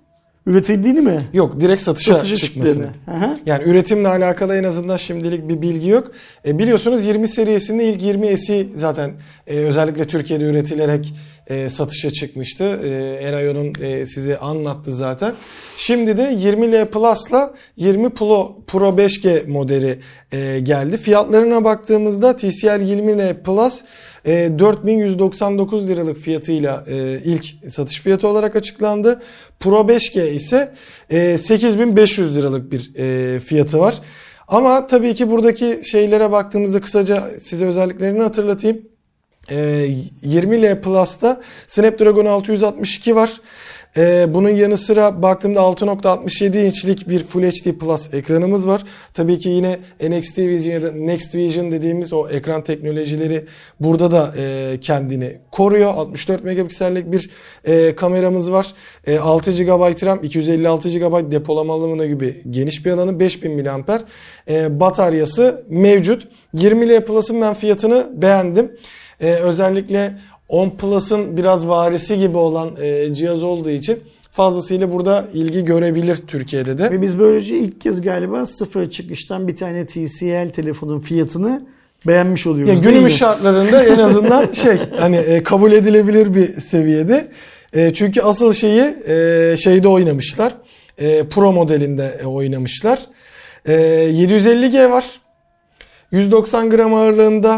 [SPEAKER 2] Üretildiğini mi?
[SPEAKER 1] Yok, direkt satışa,
[SPEAKER 2] Satışa
[SPEAKER 1] çıkmasını.
[SPEAKER 2] Aha.
[SPEAKER 1] Yani üretimle alakalı en azından şimdilik bir bilgi yok. E, biliyorsunuz yirmi serisinde ilk yirmi S'i zaten e, özellikle Türkiye'de üretilerek e, satışa çıkmıştı. E, Erayo'nun e, size anlattı zaten. Şimdi de yirmi L Plus'la yirmi Pro, Pro beş G modeli e, geldi. Fiyatlarına baktığımızda T C L yirmi L Plus E, dört bin yüz doksan dokuz liralık fiyatıyla e, ilk satış fiyatı olarak açıklandı. Pro beş G ise e, sekiz bin beş yüz liralık bir e, fiyatı var. Ama tabii ki buradaki şeylere baktığımızda kısaca size özelliklerini hatırlatayım. E, yirmi L Plus'ta Snapdragon altı yüz altmış iki var. Ee, bunun yanı sıra baktığımda altı nokta altmış yedi inçlik bir Full H D Plus ekranımız var. Tabii ki yine N X T Vision ya da Next Vision dediğimiz o ekran teknolojileri burada da e, kendini koruyor. altmış dört megapiksellik bir e, kameramız var. E, altı gigabayt RAM, iki yüz elli altı gigabayt depolama alanı gibi geniş bir alanı, beş bin miliamper e, bataryası mevcut. yirmi L Plus'ın ben fiyatını beğendim. E, özellikle on Plus'ın biraz varisi gibi olan e, cihaz olduğu için fazlasıyla burada ilgi görebilir Türkiye'de de.
[SPEAKER 2] Ve biz böylece ilk kez galiba sıfır çıkıştan bir tane T C L telefonun fiyatını beğenmiş oluyoruz.
[SPEAKER 1] Yani günümüz şartlarında en azından şey hani e, kabul edilebilir bir seviyede. E, çünkü asıl şeyi e, şeyde oynamışlar. E, Pro modelinde e, oynamışlar. E, yedi yüz elli G var. yüz doksan gram ağırlığında.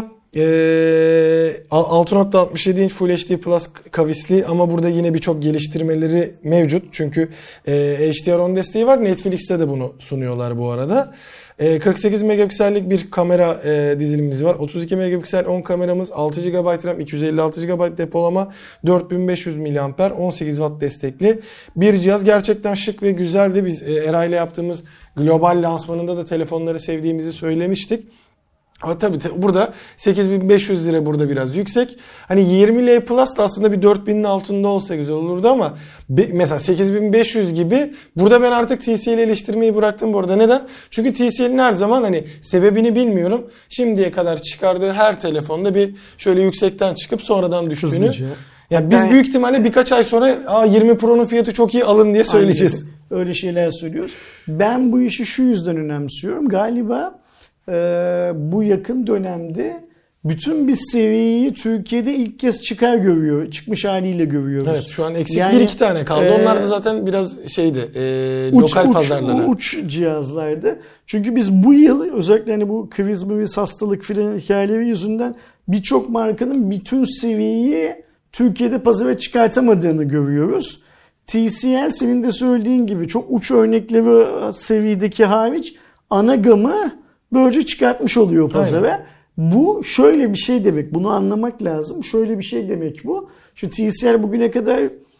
[SPEAKER 1] altı nokta altmış yedi inç Full H D Plus kavisli ama burada yine birçok geliştirmeleri mevcut. Çünkü H D R on desteği var. Netflix'te de bunu sunuyorlar bu arada. kırk sekiz megapiksellik bir kamera dizilimimiz var. otuz iki megapiksel on kameramız, altı gigabayt RAM, iki yüz elli altı gigabayt depolama, dört bin beş yüz miliamper, on sekiz watt destekli bir cihaz. Gerçekten şık ve güzeldi. Biz Era ile yaptığımız global lansmanında da telefonları sevdiğimizi söylemiştik. Ama tabii burada sekiz bin beş yüz lira burada biraz yüksek. Hani yirmi L Plus da aslında bir dört binin altında olsa güzel olurdu ama mesela sekiz bin beş yüz gibi burada ben artık T C L eleştirmeyi bıraktım bu arada. Neden? Çünkü T C L'in her zaman hani sebebini bilmiyorum. Şimdiye kadar çıkardığı her telefonda bir şöyle yüksekten çıkıp sonradan düştüğünü. Hızlıca. Yani biz büyük ihtimalle birkaç ay sonra Aa, yirmi Pro'nun fiyatı çok iyi alın diye söyleyeceğiz.
[SPEAKER 2] Aynen. Öyle şeyler söylüyoruz. Ben bu işi şu yüzden önemsiyorum. Galiba Ee, bu yakın dönemde bütün bir seviyeyi Türkiye'de ilk kez çıkar görüyor. Çıkmış haliyle görüyoruz.
[SPEAKER 1] Evet, şu an eksik
[SPEAKER 2] yani,
[SPEAKER 1] bir iki tane kaldı. E, Onlar da zaten biraz şeydi e, uç, lokal
[SPEAKER 2] uç,
[SPEAKER 1] pazarlara.
[SPEAKER 2] Uç cihazlardı. Çünkü biz bu yıl özellikle hani bu kriz virüs hastalık filan hikayeleri yüzünden birçok markanın bütün seviyeyi Türkiye'de pazara çıkartamadığını görüyoruz. T C L senin de söylediğin gibi çok uç örnekleri seviyedeki hariç ana gamı böylece çıkartmış oluyor pazara. Aynen. Bu şöyle bir şey demek. Bunu anlamak lazım. Şöyle bir şey demek bu. Şu T C L bugüne kadar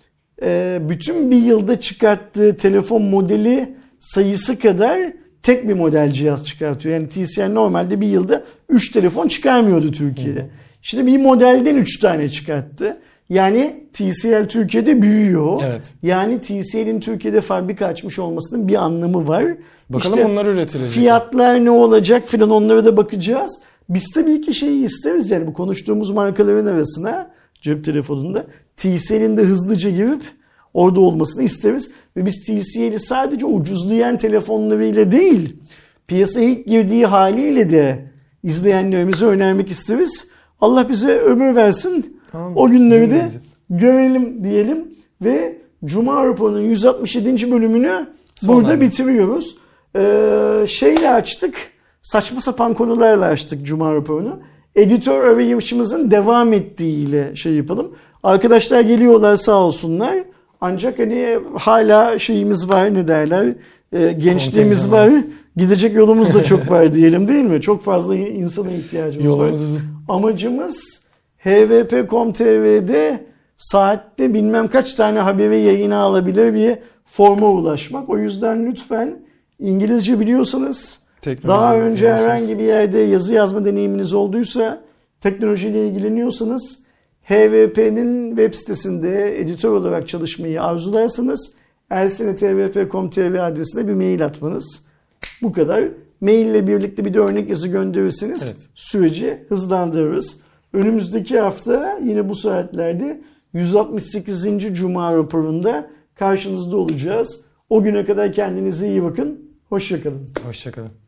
[SPEAKER 2] e, bütün bir yılda çıkarttığı telefon modeli sayısı kadar tek bir model cihaz çıkartıyor. Yani T C L normalde bir yılda üç telefon çıkarmıyordu Türkiye'de. Hı hı. Şimdi bir modelden üç tane çıkarttı. Yani T C L Türkiye'de büyüyor.
[SPEAKER 1] Evet.
[SPEAKER 2] Yani T C L'in Türkiye'de fabrika açmış olmasının bir anlamı var.
[SPEAKER 1] Bakalım işte onlar üretilecek.
[SPEAKER 2] Fiyatlar ne olacak filan onlara da bakacağız. Biz tabii ki şeyi isteriz yani bu konuştuğumuz markaların arasına cep telefonunda T C L'in de hızlıca girip orada olmasını isteriz. Ve biz T C L'i sadece ucuzlayan telefonlarıyla değil piyasaya ilk girdiği haliyle de izleyenlerimize önermek isteriz. Allah bize ömür versin. Tamam, o günleri de görelim diyelim ve Cuma Raporu'nun yüz altmış yedinci bölümünü Son burada abi. bitiriyoruz. Ee, şeyle açtık. Saçma sapan konularla açtık Cuma Raporu'nu. Editör arayışımızın devam ettiğiyle şey yapalım. Arkadaşlar geliyorlar sağ olsunlar. Ancak hani hala şeyimiz var ne derler. E, gençliğimiz Kontenjan var. Gidecek yolumuz da çok var diyelim değil mi? Çok fazla insana ihtiyacımız Yolumuz... var. Amacımız H V P nokta com nokta T V'de saatte bilmem kaç tane haberi yayına alabilir bir forma ulaşmak. O yüzden lütfen İngilizce biliyorsanız, teknoloji daha önce herhangi bir yerde yazı yazma deneyiminiz olduysa, teknolojiyle ilgileniyorsanız, H V P'nin web sitesinde editör olarak çalışmayı arzularsanız ersin at h v p nokta com nokta t v adresine bir mail atmanız. Bu kadar. Mail ile birlikte bir de örnek yazı gönderirseniz evet. süreci hızlandırırız. Önümüzdeki hafta yine bu saatlerde yüz altmış sekizinci Cuma raporunda karşınızda olacağız. O güne kadar kendinize iyi bakın. Hoşça kalın.
[SPEAKER 1] Hoşçakalın.